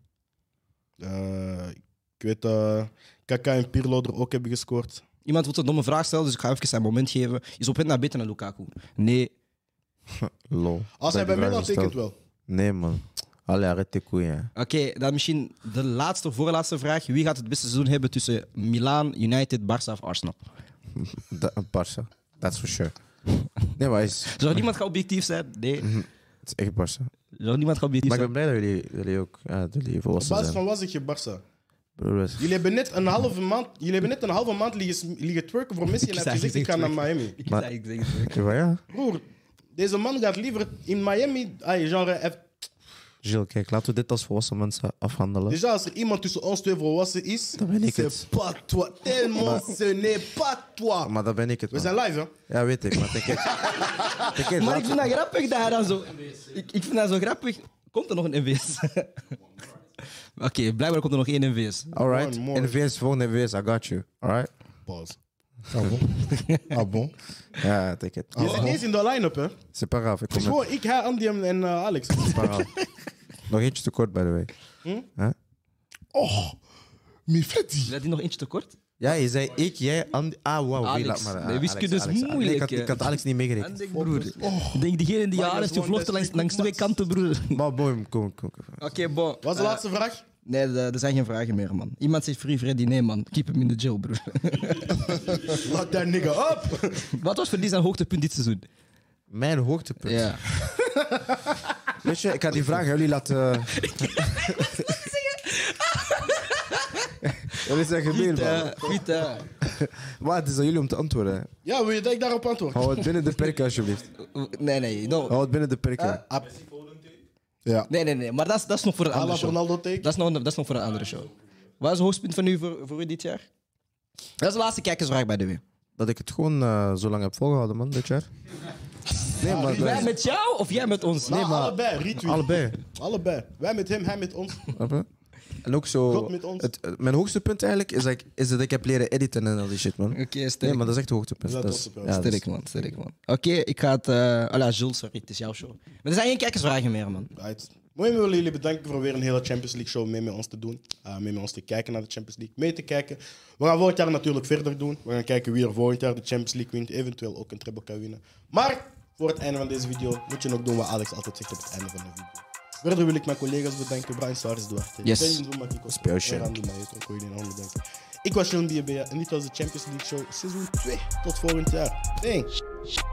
Ik weet dat Kaka en Pirlo er ook hebben gescoord. Iemand wil een domme vraag stellen, dus ik ga even zijn moment geven. Is op weg naar beter dan Lukaku? Nee. Lol. Als hij bij mij Milan tekent wel. Nee, man. Allee, arrête de koeien. Oké, dan misschien de voorlaatste vraag. Wie gaat het beste seizoen hebben tussen Milan, United, Barça of Arsenal? Barça. That's for sure. Nee, maar Zou niemand gaan objectief zijn? Nee. het is echt Barça. Zou niemand gaan objectief Maar ik zijn? ben blij dat jullie ook jullie Op volwassen basis zijn. van wat zeg je Barça? Broer, Jullie hebben net een halve maand liggen twerken voor Messi en hij heeft gezegd ik ga naar Miami. Ik Maar- zeg het. ja. Broer, deze man gaat liever in Miami... Gilles, kijk, laten we dit als volwassen mensen afhandelen. Déjà, als er iemand tussen ons twee volwassen is, Dan ben ik c'est het. pas toi. Tellement, ce n'est pas toi. Maar dat ben ik het, We man. zijn live, hè? Ja, weet ik, maar kijk. Maar ik vind dat grappig dat hij dan zo... Ik vind dat zo grappig. Komt er nog een NVS? Oké, blijkbaar komt er nog één NVS. Alright, More. NVS, volgende NVS, I got you. Alright? Pause. Ah bon? Ah bon? Ja, take it. Je zit niet eens in de line-up, hè? Het C'est pas grave, ik kom is met. gewoon ik, hij, Andy en Alex. C'est pas grave. Nog eentje tekort, by the way. Oh, mais Freddy. Is die nog eentje tekort? Ja, je zei ik, jij, Andy. Ah, wauw. Alex. Laat maar. Nee, wiskunde is Alex. moeilijk, Nee, ik had Alex niet meegerekend. Denk, broer. Denk diegene die jaren is gevlochten langs twee kanten, broer. Maar boy, kom. Oké, bon. Wat is de laatste vraag? Nee, er zijn geen vragen meer, man. Iemand zegt Free Freddy, nee, man. Keep hem in de jail, broer. Lock that nigga up. Wat was voor die zijn hoogtepunt dit seizoen? Mijn hoogtepunt. Ja. Weet je, ik ga die vraag aan jullie laten. Jullie zijn gemeen, man. Piet, Maar het is aan jullie om te antwoorden. Ja, wil je dat ik daarop antwoord? Hou het binnen de perken, alsjeblieft. Nee. No. Hou het binnen de perken. Ja. Nee. Maar dat is nog voor een andere Ala show. Ronaldo take. Dat is nog voor een andere show. Wat is het hoogtepunt van u voor u dit jaar? Dat is de laatste kijkersvraag bij de weer. Dat ik het gewoon zo lang heb volgehouden, man, dit jaar. Nee, maar. Wij met jou of jij met ons? Nou, maar- allebei, retweet. Allebei. Allebei. Wij met hem, hij met ons. Snap je? En ook zo. God met ons. Mijn hoogste punt eigenlijk is dat ik heb leren editen en al die shit, man. Oké, Nee, sterk. maar dat is echt het hoogtepunt. Dat is Dat het is- hoogtepunt. ja, dat is- Sterk, man. Oké, ik ga het... Jules, sorry, het is jouw show. Maar er zijn geen kijkersvragen meer, man. Right. Mooi, we willen jullie bedanken voor weer een hele Champions League show mee met ons te doen. Mee met ons te kijken naar de Champions League. Mee te kijken. We gaan volgend jaar natuurlijk verder doen. We gaan kijken wie er volgend jaar de Champions League wint. Eventueel ook een treble kan winnen. Maar voor het einde van deze video moet je nog doen wat Alex altijd zegt op het einde van de video. Verder wil ik mijn collega's bedanken. Brian Suarez, Duarte. Yes. Special. Ik was Sean Biabea en dit was de Champions League show seizoen 2. Tot volgend jaar. Bang.